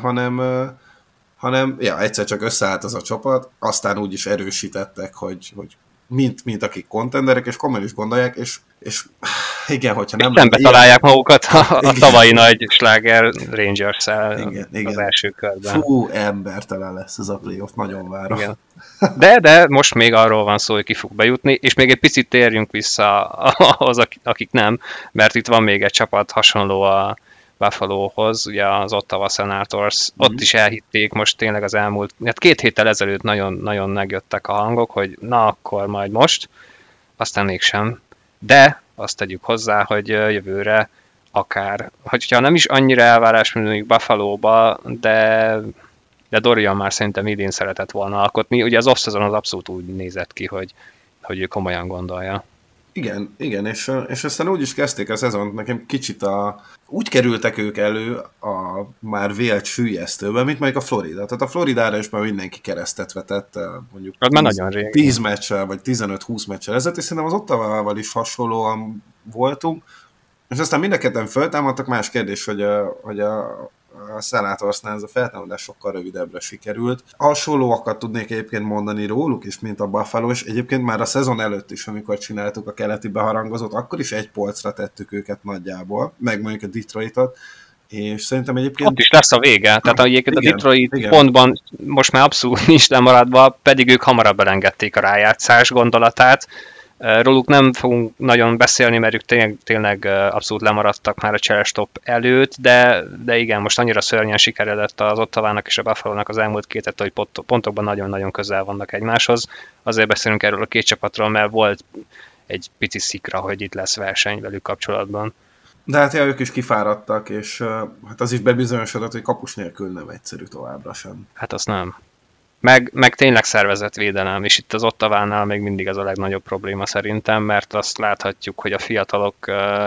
hanem egyszer csak összeállt az a csapat, aztán úgy is erősítettek, hogy mint akik kontenderek, és komolyan is gondolják, és igen, hogyha nem... Szembe találják magukat a tavalyi nagy sláger Rangers-szel az első körben. Fú, embertelen lesz ez a playoff, nagyon várom. Igen. De most még arról van szó, hogy ki fog bejutni, és még egy picit térjünk vissza ahhoz, akik nem, mert itt van még egy csapat hasonló a Buffalohoz, ugye az Ottawa Senators, ott is elhitték most tényleg az elmúlt, 2 héttel ezelőtt nagyon megjöttek a hangok, hogy na akkor majd most, aztán mégsem. De azt tegyük hozzá, hogy jövőre akár, hogyha nem is annyira elvárás, mint mondjuk Buffalo-ba, de Dorian már szerintem idén szeretett volna alkotni. Ugye az off-season az abszolút úgy nézett ki, hogy ő komolyan gondolja. Igen, és aztán úgy is kezdték a szezont, nekem kicsit úgy kerültek ők elő a már vélt süllyesztőben, mint mondjuk a Florida. Tehát a Floridára is már mindenki keresztet vetett, mondjuk 10 meccsel, vagy 15-20 meccsel ezelőtt, és szerintem az Ottawával is hasonlóan voltunk, és aztán mind a ketten föltámadtak, más kérdés, hogy a Senatorsnál ez a feltámadás sokkal rövidebbre sikerült. Hasonlóakat tudnék egyébként mondani róluk is, mint a Buffalo, és egyébként már a szezon előtt is, amikor csináltuk a keleti beharangozót, akkor is egy polcra tettük őket nagyjából, meg mondjuk a Detroitot, és szerintem egyébként... Ott is lesz a vége, tehát egyébként a Detroit pontban most már abszolút nincs lemaradva, pedig ők hamarabb elengedték a rájátszás gondolatát. Róluk nem fogunk nagyon beszélni, mert ők tényleg abszolút lemaradtak már a cseres top előtt, de igen, most annyira szörnyen sikeredett az Ottavának és a Buffalo-nak az elmúlt 2 hét, hogy pontokban nagyon-nagyon közel vannak egymáshoz. Azért beszélünk erről a 2 csapatról, mert volt egy pici szikra, hogy itt lesz verseny velük kapcsolatban. De hát ők is kifáradtak, és hát az is bebizonyosodott, hogy kapus nélkül nem egyszerű továbbra sem. Hát azt nem. Meg tényleg szervezetvédelem, és itt az Ottawánál még mindig ez a legnagyobb probléma szerintem, mert azt láthatjuk, hogy a fiatalok,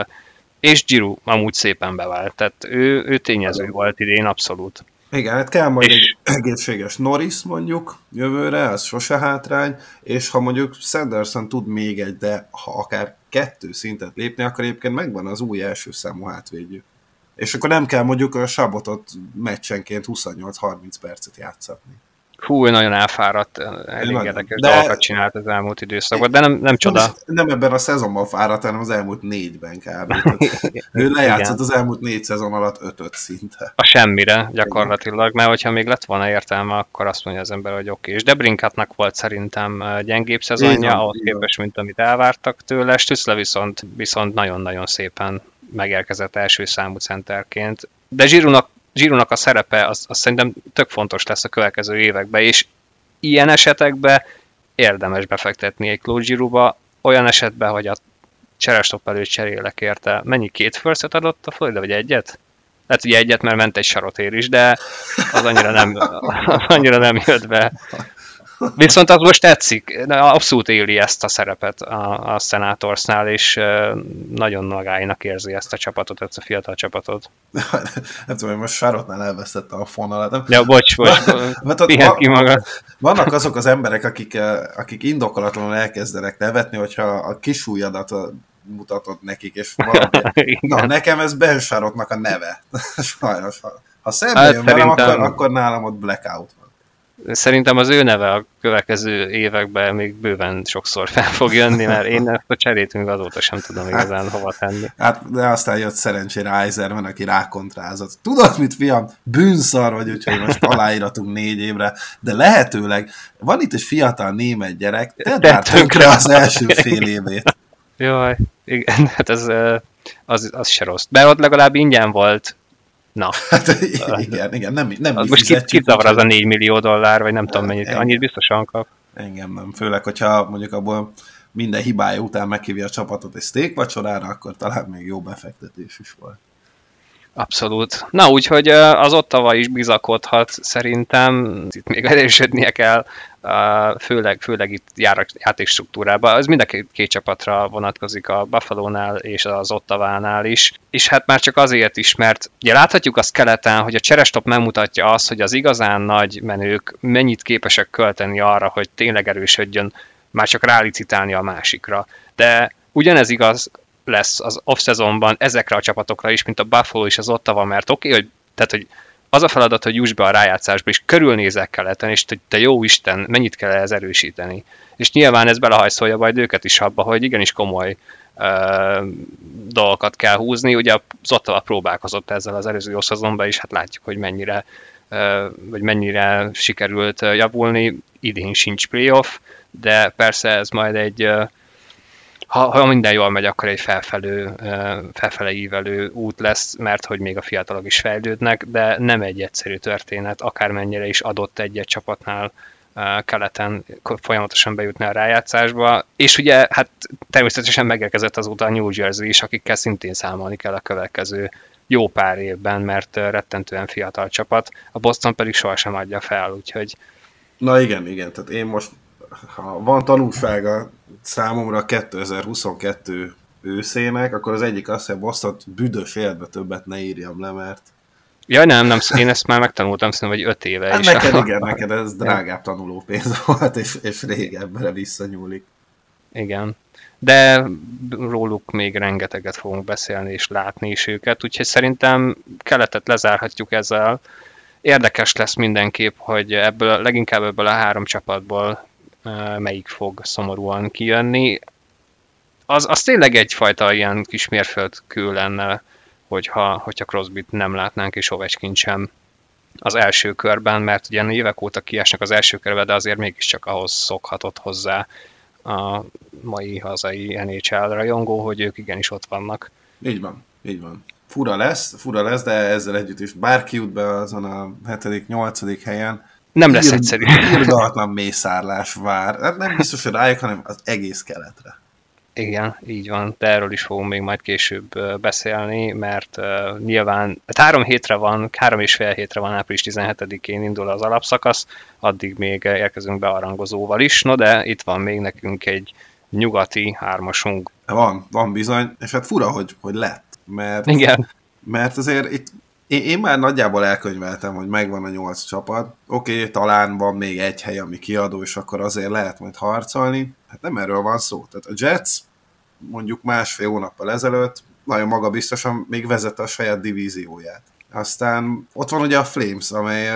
és Giroud amúgy szépen bevált, tehát ő tényező volt idén abszolút. Igen, hát kell majd egy egészséges Norris mondjuk jövőre, az sose hátrány, és ha mondjuk Sanderson tud még egy, de ha akár 2 szintet lépni, akkor egyébként megvan az új első számú hátvédjük. És akkor nem kell mondjuk a Sabotot meccsenként 28-30 percet játszatni. Hú, ő nagyon elfáradt, elég érdekes dolgokat csinált az elmúlt időszakban, de nem csoda. Nem ebben a szezonban fáradt, hanem az elmúlt 4-ben kb. Ő lejátszott az elmúlt 4 szezon alatt 5 szinte. A semmire gyakorlatilag, mert hogyha még lett volna értelme, akkor azt mondja az ember, hogy oké. És de Brinkhatnak volt szerintem gyengébb szezonja, ahhoz képest, mint amit elvártak tőle. Stützle viszont nagyon-nagyon szépen megérkezett első számú centerként. De Giroudnak a szerepe az szerintem tök fontos lesz a következő években, és ilyen esetekben érdemes befektetni egy Claude Giroudba, olyan esetben, hogy a cserestop előtt cserélek érte. Mennyi 2 first-et adott a Florida, vagy 1? Lehet, hogy 1, mert ment egy sarotér is, de az annyira nem jött be. Viszont az most tetszik, abszolút éli ezt a szerepet a Senatorsnál, és nagyon magáinak érzi ezt a csapatot, ezt a fiatal csapatot. Nem tudom, hogy most Sarotnál elvesztette a fonalat. Ja, bocs, pihent ki maga. Vannak azok az emberek, akik indokolatlanul elkezdenek nevetni, hogyha a kisúlyadat mutatod nekik, és valami. Na, nekem ez Ben Sarotnak a neve. Sajnos. Ha szembe jön velem, akkor nálam ott blackout van. Szerintem az ő neve a következő években még bőven sokszor fel fog jönni, mert én ezt a cserét még azóta sem tudom igazán hova tenni. Hát, de aztán jött szerencsére Eiserman, aki rákontrázott. Tudod mit, fiam? Bűnszar vagy, úgyhogy most aláíratunk 4 évre, de lehetőleg van itt egy fiatal német gyerek, tedd már tönkre az első fél évét. Jaj, igen, hát az se rossz. De ott legalább ingyen volt. Na. Hát igen, nem most kizavar az a $4 millió, vagy nem tudom mennyit, annyit biztosan kap. Engem nem, főleg, hogyha mondjuk abból minden hibája után meghívja a csapatot egy steak vacsorára, akkor talán még jó befektetés is volt. Abszolút. Na, úgyhogy az Ottawa is bizakodhat szerintem, itt még erősödnie kell, főleg itt játékstruktúrában. Ez mind a két csapatra vonatkozik, a Buffalo-nál és az Ottawánál is. És hát már csak azért is, mert ugye láthatjuk azt keleten, hogy a cserestop megmutatja azt, hogy az igazán nagy menők mennyit képesek költeni arra, hogy tényleg erősödjön, már csak rálicitálni a másikra. De ugyanez igaz lesz az off-szezonban ezekre a csapatokra is, mint a Buffalo és az Ottawa, mert hogy az a feladat, hogy juss be a rájátszásba, és körülnézek keleten, és hogy te jó Isten, mennyit kell ez erősíteni. És nyilván ez belehajszolja majd őket is abba, hogy igenis komoly dolgokat kell húzni. Ugye az Ottawa próbálkozott ezzel az előző off-szezonban, és hát látjuk, hogy mennyire sikerült javulni. Idén sincs playoff, de persze ez majd egy ha minden jól megy, akkor egy felfele ívelő út lesz, mert hogy még a fiatalok is fejlődnek, de nem egy egyszerű történet, akármennyire is adott egy csapatnál keleten folyamatosan bejutni a rájátszásba, és ugye hát természetesen megérkezett azóta a New Jersey is, akikkel szintén számolni kell a következő jó pár évben, mert rettentően fiatal csapat, a Boston pedig sohasem adja fel, úgyhogy... Na igen, tehát én most, ha van tanulsága számomra 2022 őszének, akkor az egyik az, hogy Boston büdös életbe többet ne írjam le, mert... Ja, nem, én ezt már megtanultam, szerintem, hogy 5 éve hát is. Neked ez drágább tanulópénz volt, és régebbre visszanyúlik. Igen, de róluk még rengeteget fogunk beszélni, és látni is őket, úgyhogy szerintem keletet lezárhatjuk ezzel. Érdekes lesz mindenképp, hogy leginkább ebből a 3 csapatból melyik fog szomorúan kijönni. Az tényleg egyfajta ilyen kis mérföldkő lenne, hogyha Crosbyt nem látnánk, és Ovechkin sem az első körben, mert ugye évek óta kiesnek az első körbe, de azért mégiscsak ahhoz szokhatott hozzá a mai hazai NHL rajongó, hogy ők igenis ott vannak. Így van. Fura lesz, de ezzel együtt is bárki jut be azon a 7.-8. helyen, nem lesz egyszerű. Irgalmatlan mészárlás vár. Hát nem biztos, hogy rájuk, hanem az egész keletre. Igen, így van, de erről is fogunk még majd később beszélni, mert nyilván 3 és fél hétre van, április 17-én indul az alapszakasz, addig még érkezünk be arangozóval is, no de itt van még nekünk egy nyugati hármasunk. Van bizony, és hát fura, hogy lett, Igen. Mert azért itt én már nagyjából elkönyveltem, hogy megvan a 8 csapat. Oké, talán van még egy hely, ami kiadó, és akkor azért lehet majd harcolni. Hát nem erről van szó. Tehát a Jets mondjuk 1,5 hónappal ezelőtt nagyon magabiztosan még vezette a saját divízióját. Aztán ott van ugye a Flames,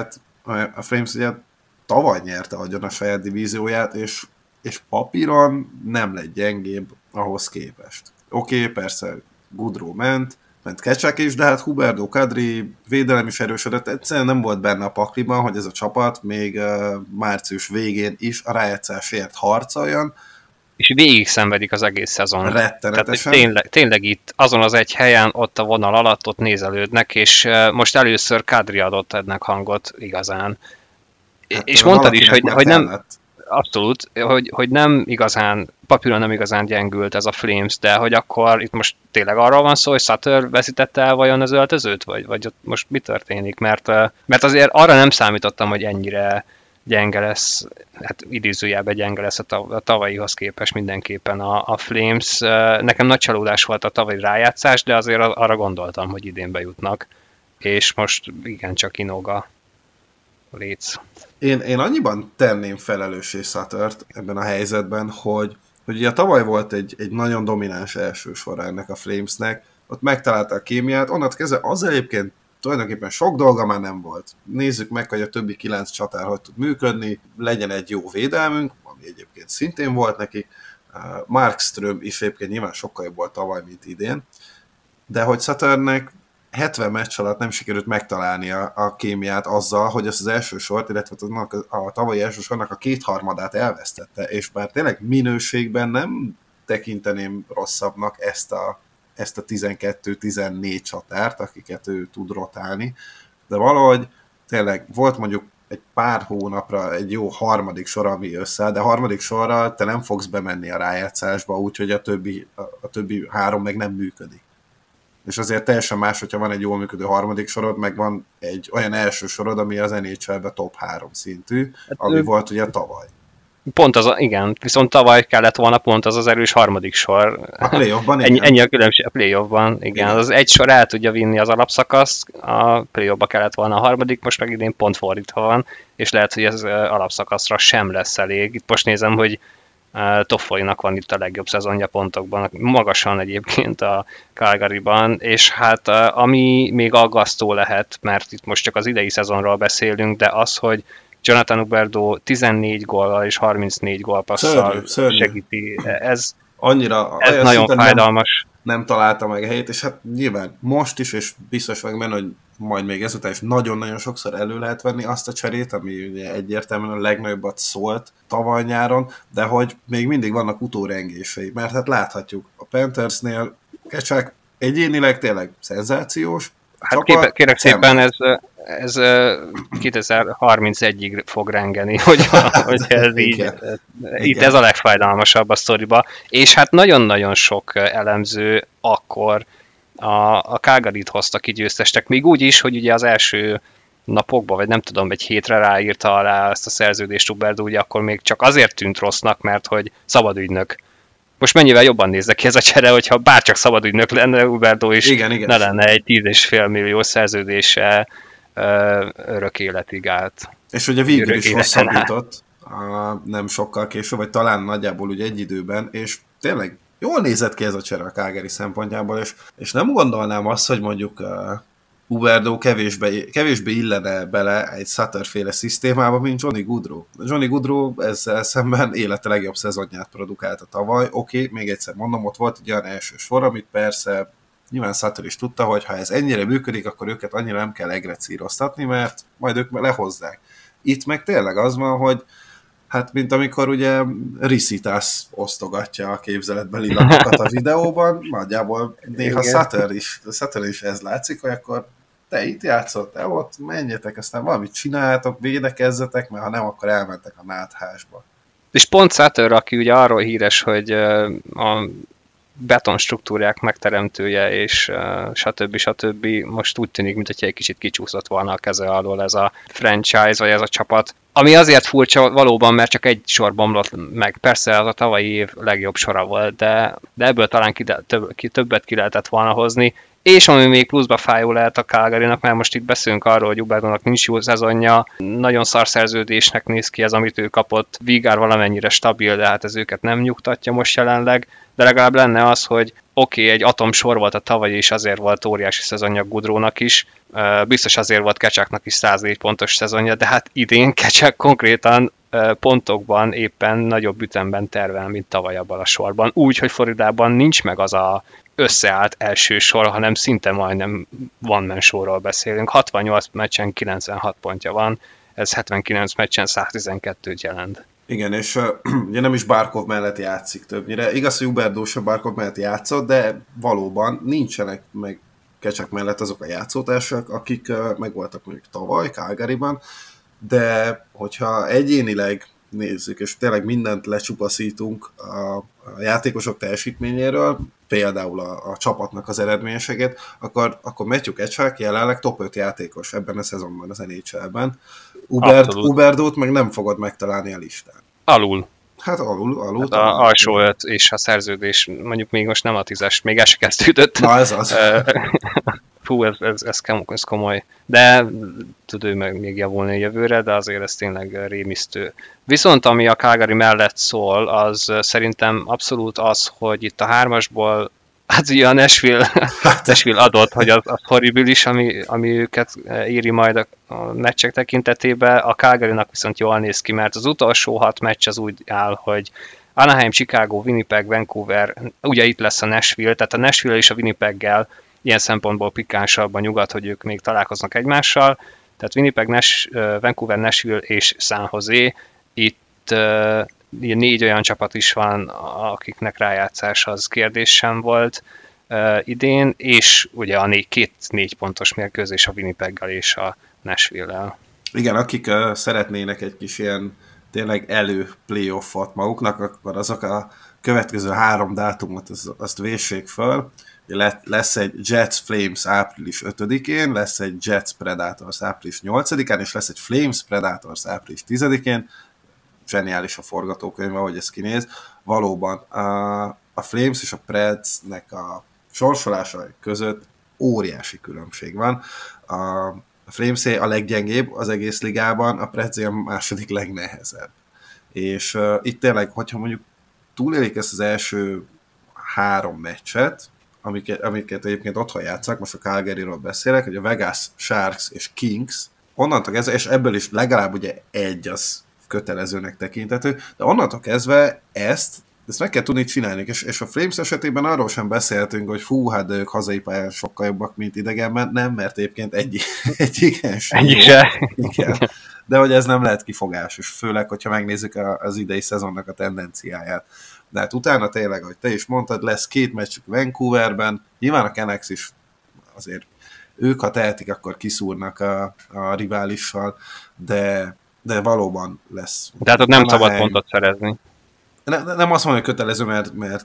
a Flames ugye tavaly nyerte agyon a saját divízióját, és papíron nem lett gyengébb ahhoz képest. Oké, persze Goodrow ment Kecsek is, de hát Huberdeau, Kadri védelem is erősödött. Egyszerűen nem volt benne a pakliban, hogy ez a csapat még március végén is a rájátszásért harcoljon. És végig szenvedik az egész szezon. Rettenetesen. Tehát tényleg itt, azon az egy helyen, ott a vonal alatt, ott nézelődnek, és most először Kadri adott ennek hangot igazán. Hát, és mondtad is, hogy nem... Abszolút, hogy nem igazán, papíron nem igazán gyengült ez a Flames, de hogy akkor itt most tényleg arról van szó, hogy Sutter veszítette el vajon az öltözőt, vagy ott most mi történik? Mert azért arra nem számítottam, hogy ennyire gyenge lesz, hát idézőjelben gyenge lesz a tavalyihoz képest mindenképpen a Flames. Nekem nagy csalódás volt a tavalyi rájátszás, de azért arra gondoltam, hogy idén bejutnak, és most igencsak inog a léc. Én annyiban tenném felelőssé Suttert ebben a helyzetben, hogy ugye tavaly volt egy nagyon domináns első sor ennek a Flamesnek, ott megtalálta a kémiát, onnantól kezdve az egyébként tulajdonképpen sok dolga már nem volt. Nézzük meg, hogy a többi 9 csatár hogy tud működni, legyen egy jó védelmünk, ami egyébként szintén volt neki. Markström is egyébként nyilván sokkal jobb volt tavaly, mint idén, de hogy Sutternek 70 meccs alatt nem sikerült megtalálni a kémiát azzal, hogy ezt az első sort, illetve a tavalyi első sornak a 2/3 elvesztette, és bár tényleg minőségben nem tekinteném rosszabbnak ezt a 12-14 csatárt, akiket ő tud rotálni, de valahogy tényleg volt mondjuk egy pár hónapra egy jó harmadik sor, ami összeáll, de a harmadik sorral te nem fogsz bemenni a rájátszásba, úgyhogy a többi 3 meg nem működik. És azért teljesen más, hogyha van egy jól működő harmadik sorod, meg van egy olyan első sorod, ami az NHL-ben top 3 szintű, ami volt ugye tavaly. Pont az, igen, viszont tavaly kellett volna pont az erős harmadik sor. A playoffban, igen. Ennyi a különbség a playoffban, igen. Az egy sor el tudja vinni az alapszakaszt, a playoffba kellett volna a harmadik, most meg idén pont fordítva van, és lehet, hogy ez alapszakaszra sem lesz elég. Itt most nézem, hogy Toffolinak van itt a legjobb szezonja pontokban, magasan egyébként a Calgaryban, és hát ami még aggasztó lehet, mert itt most csak az idei szezonról beszélünk, de az, hogy Jonathan Huberdeau 14 góllal és 34 gólpasszal segíti. Ez nagyon fájdalmas. Nem találta meg a helyét, és hát nyilván most is, és biztos meg benne, hogy majd még ezután is nagyon-nagyon sokszor elő lehet venni azt a cserét, ami ugye egyértelműen a legnagyobbat szólt tavaly nyáron, de hogy még mindig vannak utórengései, mert hát láthatjuk a Panthersnél Kecsák egyénileg tényleg szenzációs. Hát kérek szépen, ez 2031-ig fog rengeni, hogy ez így. Itt ez a legfájdalmasabb a sztoriba. És hát nagyon-nagyon sok elemző akkor a Calgaryt hozta ki győztestek, még úgy is, hogy ugye az első napokban, vagy nem tudom, egy hétre ráírta alá ezt a szerződést Huberdeau, ugye akkor még csak azért tűnt rossznak, mert hogy szabadügynök. Most mennyivel jobban nézze ki ez a csere, hogyha bárcsak szabadügynök lenne Huberdeau is, igen. Ne lenne egy 10,5 millió szerződése örök életig állt. És ugye végül is hosszabbított, nem sokkal később, vagy talán nagyjából ugye egy időben, és tényleg jól nézett ki ez a csere a Calgary szempontjából, és nem gondolnám azt, hogy mondjuk Huberdeau kevésbé illene bele egy Sutter-féle szisztémába, mint Johnny Gaudreau. Johnny Gaudreau ezzel szemben élete legjobb szezonját produkálta tavaly. Oké, még egyszer mondom, ott volt egy olyan első sor, amit persze nyilván Sutter is tudta, hogy ha ez ennyire működik, akkor őket annyira nem kell egrecíroztatni, mert majd ők lehozzák. Itt meg tényleg az van, hogy hát mint amikor ugye Risitas osztogatja a képzeletbeli lapokat a videóban, nagyjából néha Sutter is ez látszik, hogy akkor te itt játszol, te ott, menjetek, aztán valamit csináltok, védekezzetek, mert ha nem, akkor elmentek a náthásba. És pont Sutter, aki ugye arról híres, hogy a betonstruktúrák megteremtője, és stb. Most úgy tűnik, mintha egy kicsit kicsúszott volna a keze alól ez a franchise, vagy ez a csapat. Ami azért furcsa valóban, mert csak egy sor bomlott meg. Persze az a tavalyi év legjobb sora volt, de ebből talán többet ki lehetett volna hozni. És ami még pluszba fájó lehet a Calgarynak, mert most itt beszélünk arról, hogy Huberdeaunak nincs jó szezonja, nagyon szar szerződésnek néz ki ez, amit ő kapott, Vigár valamennyire stabil, de hát ez őket nem nyugtatja most jelenleg, de legalább lenne az, hogy oké, egy atomsor volt a tavaly, és azért volt óriási szezonja Goodrow-nak is, biztos azért volt Kecsáknak is 104 pontos szezonja, de hát idén Kecsák konkrétan pontokban éppen nagyobb ütemben tervel, mint tavaly abban a sorban. Úgy, hogy Floridában nincs meg az a összeállt első sor, hanem szinte majdnem one-man sorról beszélünk. 68 meccsen 96 pontja van, ez 79 meccsen 112-t jelent. Igen, és ugye nem is Barkov mellett játszik többnyire. Igaz, hogy Huberdeau sem Barkov mellett játszott, de valóban nincsenek meg Kecsák mellett azok a játszótársak, akik megvoltak mondjuk tavaly Calgaryban, de hogyha egyénileg nézzük, és tényleg mindent lecsupaszítunk a játékosok teljesítményéről, például a csapatnak az eredményességét, akkor Matthew Tkachuk jelenleg top 5 játékos ebben a szezonban az NHL-ben. Huberdeaut meg nem fogod megtalálni a listán. Alul. Hát alul. Hát a alsó 5 és a szerződés, mondjuk még most nem a 10-es, még el se kezdődött. Na ez az. Fú, ez komoly. De tud ő meg még javulni a jövőre, de azért ez tényleg rémisztő. Viszont ami a Calgary mellett szól, az szerintem abszolút az, hogy itt a 3-asból, hát ugye a Nashville adott, hogy az horribilis, ami őket éri majd a meccsek tekintetében. A Calgarynak viszont jól néz ki, mert az utolsó 6 meccs az úgy áll, hogy Anaheim, Chicago, Winnipeg, Vancouver, ugye itt lesz a Nashville, tehát a Nashville és a Winnipeggel ilyen szempontból pikánsabb a nyugat, hogy ők még találkoznak egymással. Tehát Winnipeg, Vancouver, Nashville és San Jose. Itt 4 olyan csapat is van, akiknek rájátszás az kérdés sem volt idén, és ugye a 4 pontos mérkőzés a Winnipeggel és a Nashville-el. Igen, akik szeretnének egy kis ilyen tényleg playoffot maguknak, akkor azok a következő 3 dátumot azt véssék föl. Lesz egy Jets Flames április 5-én, lesz egy Jets Predators április 8-án, és lesz egy Flames Predators április 10-én. Zseniális a forgatókönyv, ahogy ez kinéz. Valóban a Flames és a Preds-nek a sorsolása között óriási különbség van. A Flames a leggyengébb az egész ligában, a Preds a második legnehezebb. És itt tényleg, hogyha mondjuk túlélik ezt az első 3 meccset, amiket egyébként otthon játszak, most a Calgaryról beszélek, hogy a Vegas, Sharks és Kings, onnantól kezdve, és ebből is legalább ugye egy az kötelezőnek tekinthető, de onnantól kezdve ezt meg kell tudni csinálni, és a Flames esetében arról sem beszéltünk, hogy fú, hát de ők hazai pályán sokkal jobbak, mint idegenben, nem, mert egyébként egy igen sem. Igen. De hogy ez nem lehet kifogásos, főleg, hogyha megnézzük az idei szezonnak a tendenciáját. De hát utána tényleg, ahogy te is mondtad, lesz 2 meccsük Vancouverben, nyilván a Canucks is azért ők, ha tehetik, akkor kiszúrnak a riválissal, de valóban lesz. Tehát ott nem szabad pontot szerezni. Nem azt mondom, hogy kötelező, mert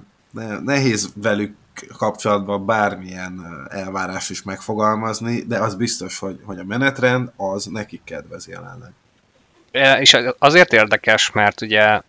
nehéz velük kapcsolatban bármilyen elvárás is megfogalmazni, de az biztos, hogy a menetrend az nekik kedvez jelenleg. És azért érdekes, mert ugye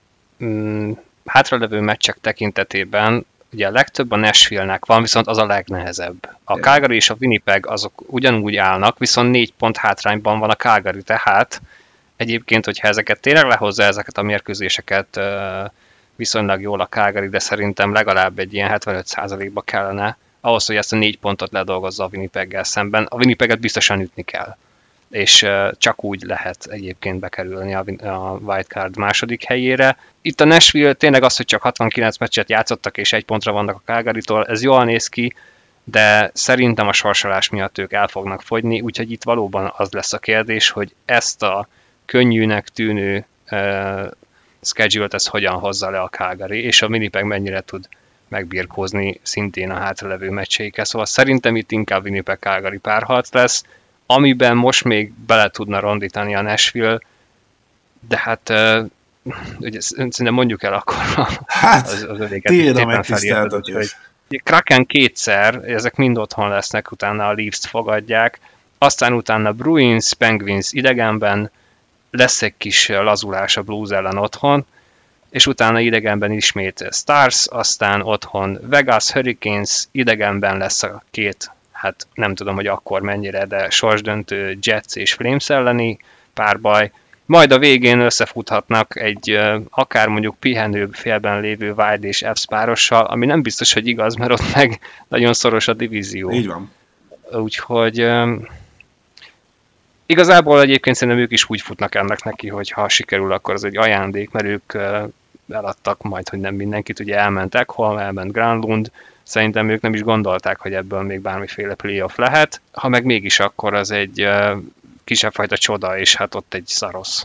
hátralevő meccsek tekintetében ugye a legtöbb a Nashville-nek van, viszont az a legnehezebb. A Calgary és a Winnipeg azok ugyanúgy állnak, viszont 4 pont hátrányban van a Calgary, tehát egyébként, hogyha ezeket tényleg lehozza ezeket a mérkőzéseket viszonylag jól a Calgary, de szerintem legalább egy ilyen 75%-ba kellene ahhoz, hogy ezt a 4 pontot ledolgozza a Winnipeggel szemben. A Winnipeget biztosan ütni kell, és csak úgy lehet egyébként bekerülni a wildcard második helyére. Itt a Nashville tényleg az, hogy csak 69 meccset játszottak, és 1 pontra vannak a Calgarytól, ez jól néz ki, de szerintem a sorsolás miatt ők el fognak fogyni, úgyhogy itt valóban az lesz a kérdés, hogy ezt a könnyűnek tűnő schedule-t ez hogyan hozza le a Calgary, és a Winnipeg mennyire tud megbirkózni szintén a hátralevő meccseikkel. Szóval szerintem itt inkább Winnipeg-Calgary párharc lesz, amiben most még bele tudna rondítani a Nashville, de hát ugye szerintem mondjuk el akkor Hát, az övéket tiéd a éppen felírtad, hogy Kraken kétszer, ezek mind otthon lesznek, utána a Leafs-t fogadják, aztán utána Bruins, Penguins idegenben, lesz egy kis lazulás a Blues ellen otthon, és utána idegenben ismét Stars, aztán otthon Vegas, Hurricanes, idegenben lesz a két, hát nem tudom, hogy akkor mennyire, de sorsdöntő Jets és Flames elleni párbaj, majd a végén összefuthatnak egy akár mondjuk pihenőbb félben lévő Wild és Fs párossal, ami nem biztos, hogy igaz, mert ott meg nagyon szoros a divízió. Így van. Úgyhogy igazából egyébként szerintem ők is úgy futnak ennek neki, hogy ha sikerül, akkor az egy ajándék, mert ők eladtak majd, hogy nem mindenkit, ugye elment Ekholm, elment Granlund, szerintem ők nem is gondolták, hogy ebből még bármiféle playoff lehet, ha meg mégis, akkor az egy kisebb fajta csoda, és hát ott egy Saros.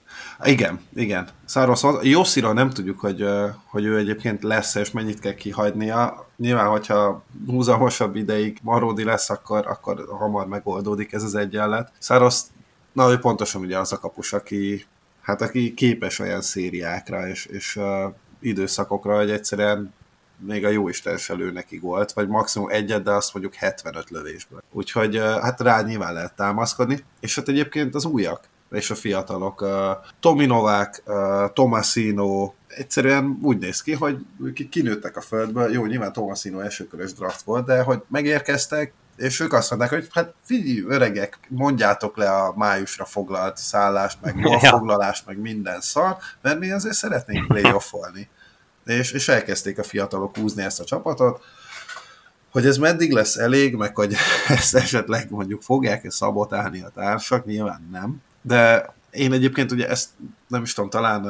Igen. Saros, Jossira nem tudjuk, hogy ő egyébként lesz, és mennyit kell kihagynia. Nyilván, hogyha húzamosabb ideig maródi lesz, akkor hamar megoldódik ez az egyenlet. Saros, ő pontosan ugye az a kapus, aki képes olyan szériákra, és időszakokra, hogy egyszerűen még a jóisten se lő neki gólt, vagy maximum egyet, de azt mondjuk 75 lövésből. Úgyhogy hát rá nyilván lehet támaszkodni, és hát egyébként az újak és a fiatalok, Tomi Novák, Tomasino, egyszerűen úgy néz ki, hogy kinőttek a földből, jó, nyilván Tomasino elsőkörös draft volt, de hogy megérkeztek, és ők azt mondták, hogy hát figyelj, öregek, mondjátok le a májusra foglalt szállást, meg foglalást, meg minden szar, mert mi azért szeretnénk playoffolni. És elkezdték a fiatalok húzni ezt a csapatot, hogy ez meddig lesz elég, meg hogy ezt esetleg mondjuk fogják-e szabotálni a társak, nyilván nem. De én egyébként ugye ezt nem is tudom, talán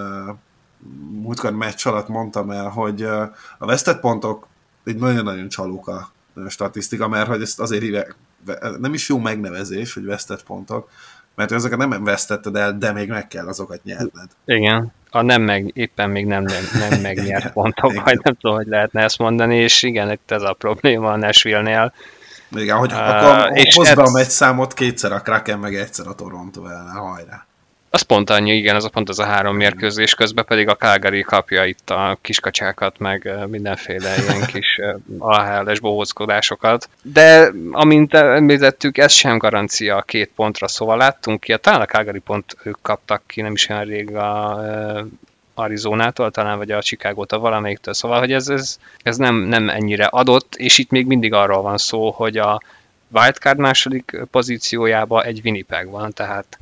múltkor meccs alatt mondtam el, hogy a vesztett pontok egy nagyon-nagyon csalóka statisztika, mert hogy ezt azért hívják, nem is jó megnevezés, hogy vesztett pontok, mert ezeket nem vesztetted el, de még meg kell azokat nyerned. Igen, éppen még nem megnyert pontok, vagy nem tudom, hogy lehetne ezt mondani, és igen, ez a probléma a Nashville-nél. Igen, hogy akkor hozd be a meccsszámot kétszer a Kraken, meg egyszer a Toronto ellen, hajrá. Az pont annyi, igen, az a 3 mérkőzés, közben pedig a Calgary kapja itt a kiskacsákat, meg mindenféle ilyen kis AHL-es bohóckodásokat. De amint említettük, ez sem garancia a 2 pontra, szóval láttunk ki, talán a Calgary pont ők kaptak ki, nem is olyan rég a Arizonától, talán vagy a Chicagótól, valamelyiktől, szóval, hogy ez nem ennyire adott, és itt még mindig arról van szó, hogy a wildcard második pozíciójában egy Winnipeg van, tehát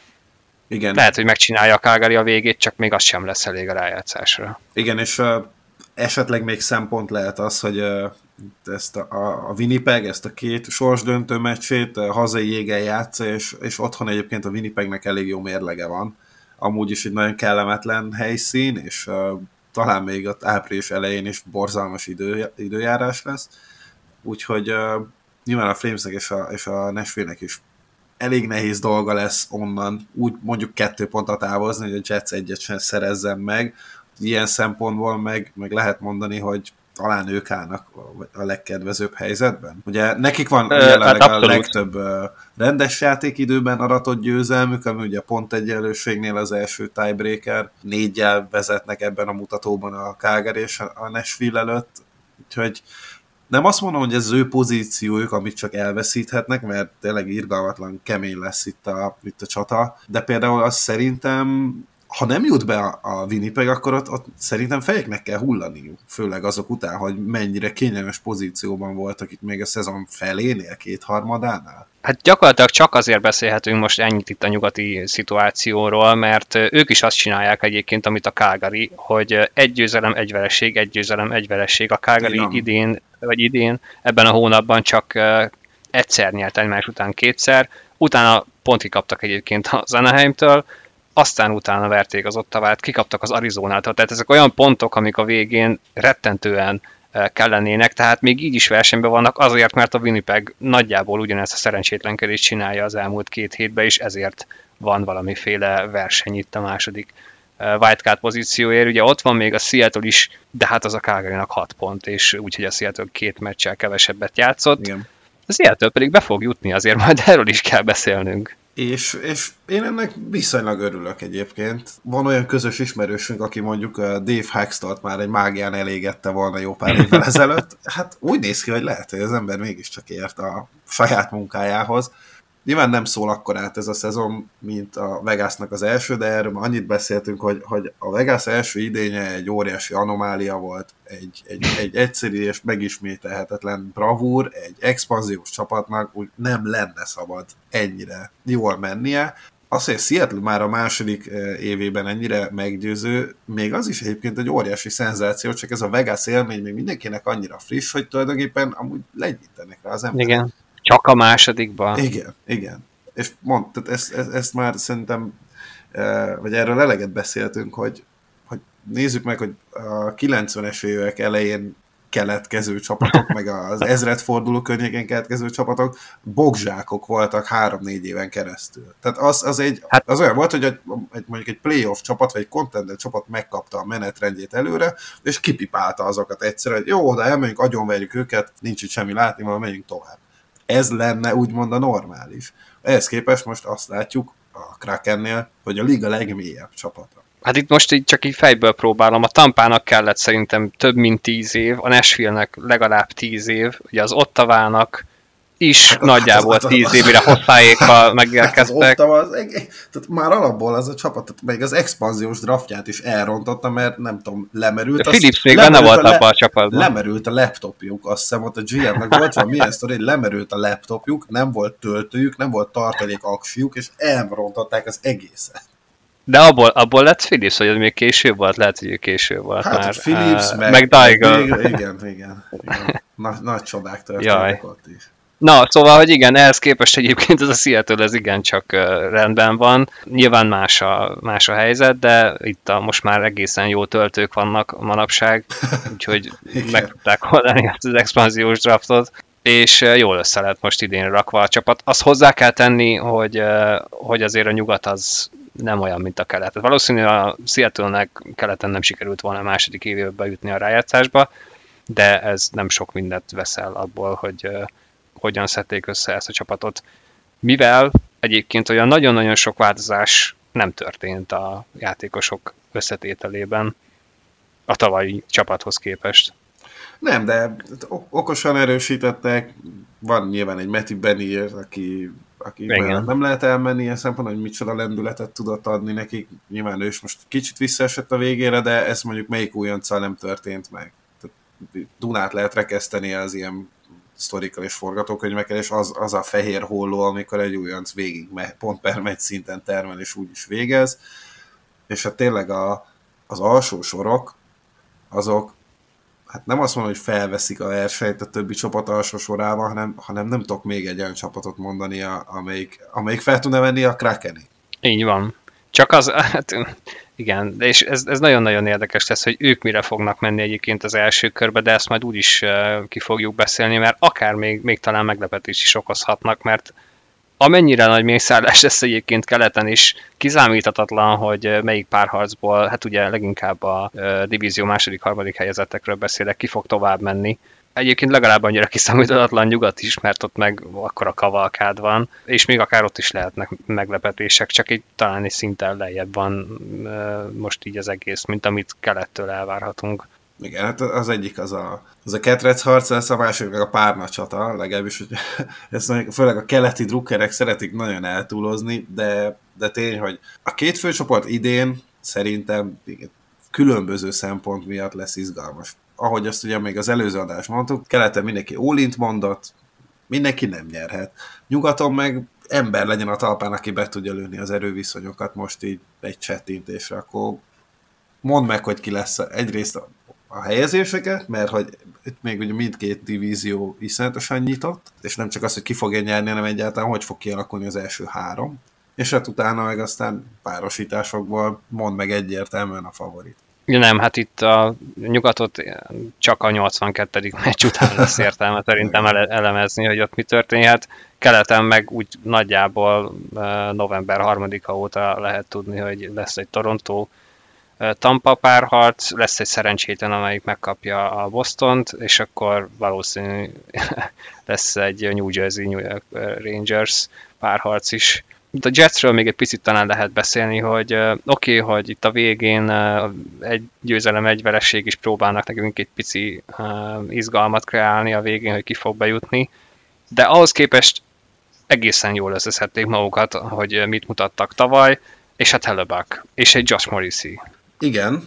igen. Lehet, hogy megcsinálja a Calgary a végét, csak még az sem lesz elég a rájátszásra. Igen, és esetleg még szempont lehet az, hogy ezt a Winnipeg, ezt a 2 sorsdöntő meccsét hazai jégen játsza, és otthon egyébként a Winnipegnek elég jó mérlege van. Amúgy is egy nagyon kellemetlen helyszín, és talán még ott április elején is borzalmas időjárás lesz. Úgyhogy nyilván a Flamesnek és a Nashville-nek is elég nehéz dolga lesz onnan, úgy mondjuk 2 pontra távozni, hogy a Jets egyet sem szerezzen meg. Ilyen szempontból meg lehet mondani, hogy talán ők állnak a legkedvezőbb helyzetben. Ugye nekik van jelenleg a legtöbb rendes játékidőben aratott győzelmük, ami ugye pont egyenlőségnél az első tiebreaker. 4-jel vezetnek ebben a mutatóban a Calgary és a Nashville előtt. Úgyhogy nem azt mondom, hogy ez az ő pozíciójuk, amit csak elveszíthetnek, mert tényleg irgalmatlan kemény lesz itt a csata, de például azt szerintem, ha nem jut be a Winnipeg, akkor ott szerintem fejeknek kell hullaniuk, főleg azok után, hogy mennyire kényelmes pozícióban voltak itt még a szezon felénél, 2/3-ánál. Hát gyakorlatilag csak azért beszélhetünk most ennyit itt a nyugati szituációról, mert ők is azt csinálják egyébként, amit a Calgary, hogy 1 győzelem, 1 vereség, 1 győzelem, 1 vereség. A Calgary idén, ebben a hónapban csak egyszer nyert egymás után 2-szer, utána pont kikaptak egyébként az Anaheimtől, aztán utána verték az Ottawát, kikaptak az Arizonától, tehát ezek olyan pontok, amik a végén rettentően kellenének, tehát még így is versenyben vannak azért, mert a Winnipeg nagyjából ugyanezt a szerencsétlenkedést csinálja az elmúlt 2 hétben, és ezért van valamiféle verseny itt a második wildcard pozícióért. Ugye ott van még a Seattle is, de hát az a Calgarynak 6 pont, és úgyhogy a Seattle 2 meccsel kevesebbet játszott. Igen. A Seattle pedig be fog jutni, azért majd erről is kell beszélnünk. És én ennek viszonylag örülök egyébként. Van olyan közös ismerősünk, aki mondjuk Dave Hextalt már egy mágián elégette volna jó pár évvel ezelőtt. Hát úgy néz ki, hogy lehet, hogy az ember mégiscsak ért a saját munkájához. Nyilván nem szól akkor át ez a szezon, mint a Vegasnak az első, de erről már annyit beszéltünk, hogy a Vegas első idénye egy óriási anomália volt, egy egyszerű és megismételhetetlen bravúr, egy expanziós csapatnak úgy nem lenne szabad ennyire jól mennie. Az, hogy Seattle már a második évében ennyire meggyőző, még az is egyébként egy óriási szenzáció, csak ez a Vegas élmény még mindenkinek annyira friss, hogy tulajdonképpen amúgy legyintenek rá az emberek. Igen. Csak a másodikban. Igen. És tehát ezt már szerintem, vagy erről eleget beszéltünk, hogy nézzük meg, hogy a 90-es évek elején keletkező csapatok, meg az ezredforduló környéken keletkező csapatok bogzsákok voltak 3-4 éven keresztül. Tehát az olyan volt, hogy mondjuk egy playoff csapat, vagy egy contender csapat megkapta a menetrendjét előre, és kipipálta azokat egyszerűen, hogy jó, de elmegyünk, agyonverjük őket, nincs itt semmi látni, majd menjünk tovább. Ez lenne úgymond a normális. Ehhez képest most azt látjuk a Krakennél, hogy a liga legmélyebb csapata. Hát itt most csak így fejből próbálom. A Tampának kellett szerintem több mint 10 év, a Nashville-nek legalább 10 év, ugye az Ottavának is nagyjából 10 év, mire hosszáékkal megérkeztek. Tehát már alapból az a csapat, tehát még az expanziós draftját is elrontotta, mert nem tudom, lemerült. Phillips még benne volt abban a csapatban. Lemerült a laptopjuk, azt hiszem, ott a GM-nek volt van milyen sztori, hogy lemerült a laptopjuk, nem volt töltőjük, nem volt tartalék aksiuk, és elrontották az egészet. De abból lett Phillips, hogy ez még később volt? Lehet, hogy később volt hát már. Phillips, meg Daigle. Igen. Nagy csodák történtek ott is. Na, szóval, hogy igen, ehhez képest egyébként ez a Seattle, ez igencsak rendben van. Nyilván más a helyzet, de itt most már egészen jó töltők vannak manapság, úgyhogy meg tudták oldani ezt az expanziós draftot, és jól össze lett most idén rakva a csapat. Azt hozzá kell tenni, hogy azért a nyugat az nem olyan, mint a kelet. Valószínűleg a Seattle-nek keleten nem sikerült volna a második évében bejutni a rájátszásba, de ez nem sok mindent vesz el abból, hogy hogyan szedték össze ezt a csapatot. Mivel egyébként olyan nagyon-nagyon sok változás nem történt a játékosok összetételében a tavalyi csapathoz képest. Nem, de okosan erősítettek. Van nyilván egy Matty Benier, aki nem lehet elmenni ilyen szempontból, hogy micsoda lendületet tudott adni nekik. Nyilván ő is most kicsit visszaesett a végére, de ez mondjuk melyik újonccal nem történt meg. Tehát Dunát lehet rekeszteni az ilyen sztorikkal és forgatókönyvekkel, és az a fehér holló, amikor egy újonc végig pont per meccs szinten termel, és úgy is végez. És hát tényleg az alsó sorok, azok hát nem azt mondom, hogy felveszik a versenyt a többi csapat alsó sorával, hanem nem tudok még egy olyan csapatot mondani, amelyik fel tudna venni a Krakenig. Így van. Csak az, hát igen, és ez nagyon-nagyon érdekes lesz, hogy ők mire fognak menni egyébként az első körbe, de ezt majd úgyis ki fogjuk beszélni, mert akár még talán meglepetés is okozhatnak, mert amennyire nagy mészállás lesz egyébként keleten is, kiszámíthatatlan, hogy melyik párharcból, hát ugye leginkább a divízió második-harmadik helyezettekről beszélek, ki fog tovább menni. Egyébként legalább annyira kiszámíthatatlan nyugat is, mert ott meg akkora kavalkád van, és még akár ott is lehetnek meglepetések, csak így talán egy szinten lejjebb van most így az egész, mint amit kelettől elvárhatunk. Igen, hát az egyik az a ketrec harc lesz, a másik meg a párna csata, legalábbis, hogy ezt főleg a keleti drukkerek szeretik nagyon eltúlozni, de tény, hogy a két főcsoport idén szerintem különböző szempont miatt lesz izgalmas. Ahogy azt ugye még az előző adás mondtuk, keleten mindenki all-int mondott, mindenki nem nyerhet. Nyugaton meg ember legyen a talpán, aki be tudja lőni az erőviszonyokat most így egy csettintésre, akkor mondd meg, hogy ki lesz egyrészt a helyezéseket, mert hogy itt még ugye mindkét divízió iszonyatosan nyitott, és nem csak az, hogy ki fogja nyerni, hanem egyáltalán hogy fog kialakulni az első három, és hát utána meg aztán párosításokból mondd meg egyértelműen a favorit. Nem, hát itt a nyugatot csak a 82. meccs után lesz értelme szerintem elemezni, hogy ott mi történhet. Keleten meg úgy nagyjából november 3-a óta lehet tudni, hogy lesz egy Toronto Tampa párharc, lesz egy szerencsétlen, amelyik megkapja a Bostont, és akkor valószínű lesz egy New Jersey New York Rangers párharc is. Itt a Jetsről még egy picit talán lehet beszélni, hogy oké, hogy itt a végén egy győzelem, egy vereség is próbálnak nekünk egy pici izgalmat kreálni a végén, hogy ki fog bejutni, de ahhoz képest egészen jól összeszedték magukat, hogy mit mutattak tavaly, és hát Hellebuck, és egy Josh Morrissey. Igen,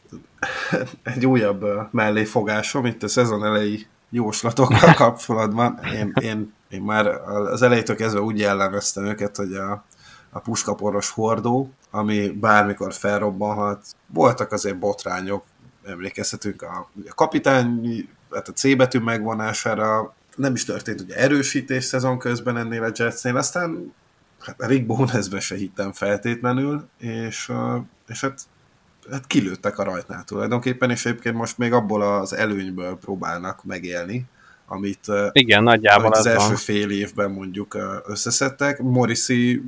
egy újabb melléfogásom itt a szezon elejé jóslatokkal kapcsolatban. Én már az elejétől kezdve úgy jellemeztem őket, hogy a puskaporos hordó, ami bármikor felrobbanhat. Voltak azért botrányok, emlékezhetünk a kapitány, hát a C betű megvonására, nem is történt ugye erősítés szezon közben ennél a Jetsnél, aztán hát a Rick Bownessben se hittem feltétlenül, és hát kilőttek a rajtnál tulajdonképpen, és egyébként most még abból az előnyből próbálnak megélni, amit igen, nagyjából az első fél évben mondjuk összeszedtek. Morrissey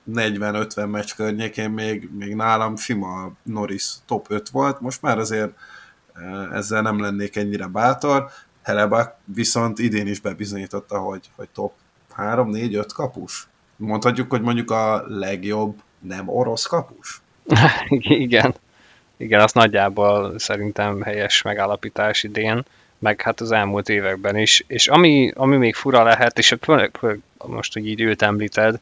40-50 meccs környékén még nálam sima Norris top 5 volt, most már azért ezzel nem lennék ennyire bátor. Hellebuck viszont idén is bebizonyította, hogy top 3-4-5 kapus. Mondhatjuk, hogy mondjuk a legjobb nem orosz kapus? Igen, azt nagyjából szerintem helyes megállapítás idén, meg hát az elmúlt években is. És ami még fura lehet, és főleg most, hogy így őt említed,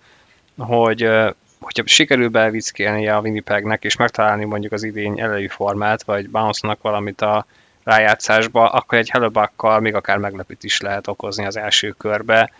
hogyha sikerül bevickélnie a Winnipegnek, és megtalálni mondjuk az idény elejű formát, vagy bounce-nak valamit a rájátszásba, akkor egy Hellebuckkal még akár meglepít is lehet okozni az első körbe.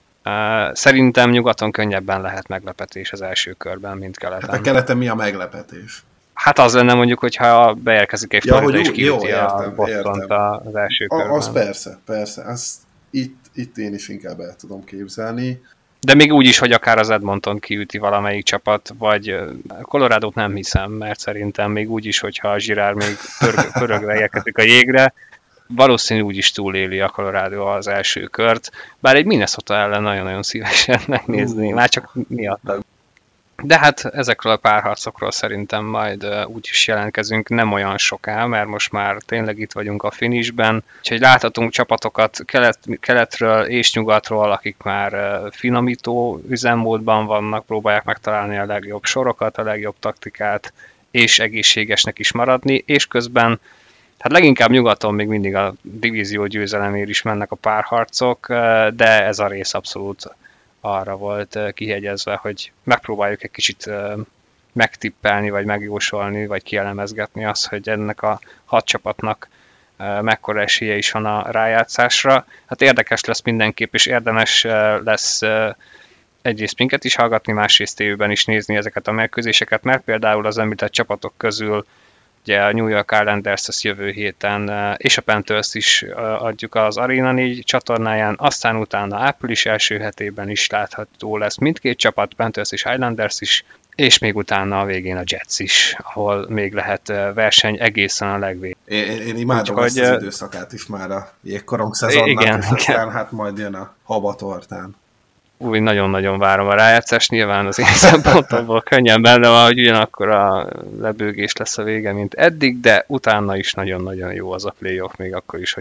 Szerintem nyugaton könnyebben lehet meglepetés az első körben, mint keleten. Hát a keleten mi a meglepetés? Hát az lenne mondjuk, hogyha beérkezik egy Florida, és kiüti a Bostont az első körben. Az persze. Azt itt én is inkább el tudom képzelni. De még úgy is, hogy akár az Edmonton kiüti valamelyik csapat, vagy Colorado-t nem hiszem, mert szerintem még úgy is, hogyha a Girard még pörögve érkezik a jégre, valószínű úgy is túléli a Colorado az első kört, bár egy Minnesota ellen nagyon-nagyon szívesen megnézni, már csak miatt. De hát ezekről a párharcokról szerintem majd úgy is jelentkezünk nem olyan soká, mert most már tényleg itt vagyunk a finishben, úgyhogy láthatunk csapatokat keletről és nyugatról, akik már finomító üzemmódban vannak, próbálják megtalálni a legjobb sorokat, a legjobb taktikát, és egészségesnek is maradni, és közben hát leginkább nyugaton még mindig a divízió győzelemért is mennek a párharcok, de ez a rész abszolút arra volt kihegyezve, hogy megpróbáljuk egy kicsit megtippelni, vagy megjósolni, vagy kielemezgetni azt, hogy ennek a 6 csapatnak mekkora esélye is van a rájátszásra. Hát érdekes lesz mindenképp, és érdemes lesz egyrészt minket is hallgatni, másrészt tévében is nézni ezeket a mérkőzéseket, mert például az említett csapatok közül ugye a New York Islanders ezt jövő héten, és a Panthers is adjuk az Arena 4 csatornáján, aztán utána április első hetében is látható lesz mindkét csapat, Panthers és Islanders is, és még utána a végén a Jets is, ahol még lehet verseny egészen a legvégén. Én imádom ezt az időszakát is már a jégkorong szezonnak, igen, és aztán hát majd jön a habatortán. Úgy nagyon-nagyon várom a rájátszást, nyilván az én szempontomból könnyen benne van, hogy ugyanakkor a lebőgés lesz a vége, mint eddig, de utána is nagyon-nagyon jó az a playoff, még akkor is,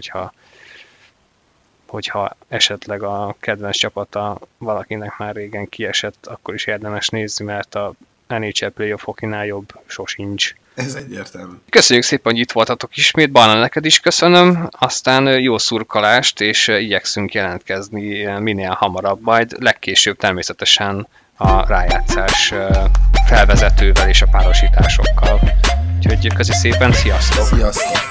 hogyha esetleg a kedvenc csapata valakinek már régen kiesett, akkor is érdemes nézni, mert a NHL playoff hokinál jobb sosincs. Ez egyértelmű. Köszönjük szépen, hogy itt voltatok ismét, Barna, neked is köszönöm, aztán jó szurkolást, és igyekszünk jelentkezni minél hamarabb, majd legkésőbb természetesen a rájátszás felvezetővel és a párosításokkal. Úgyhogy köszi szépen, sziasztok! Sziasztok!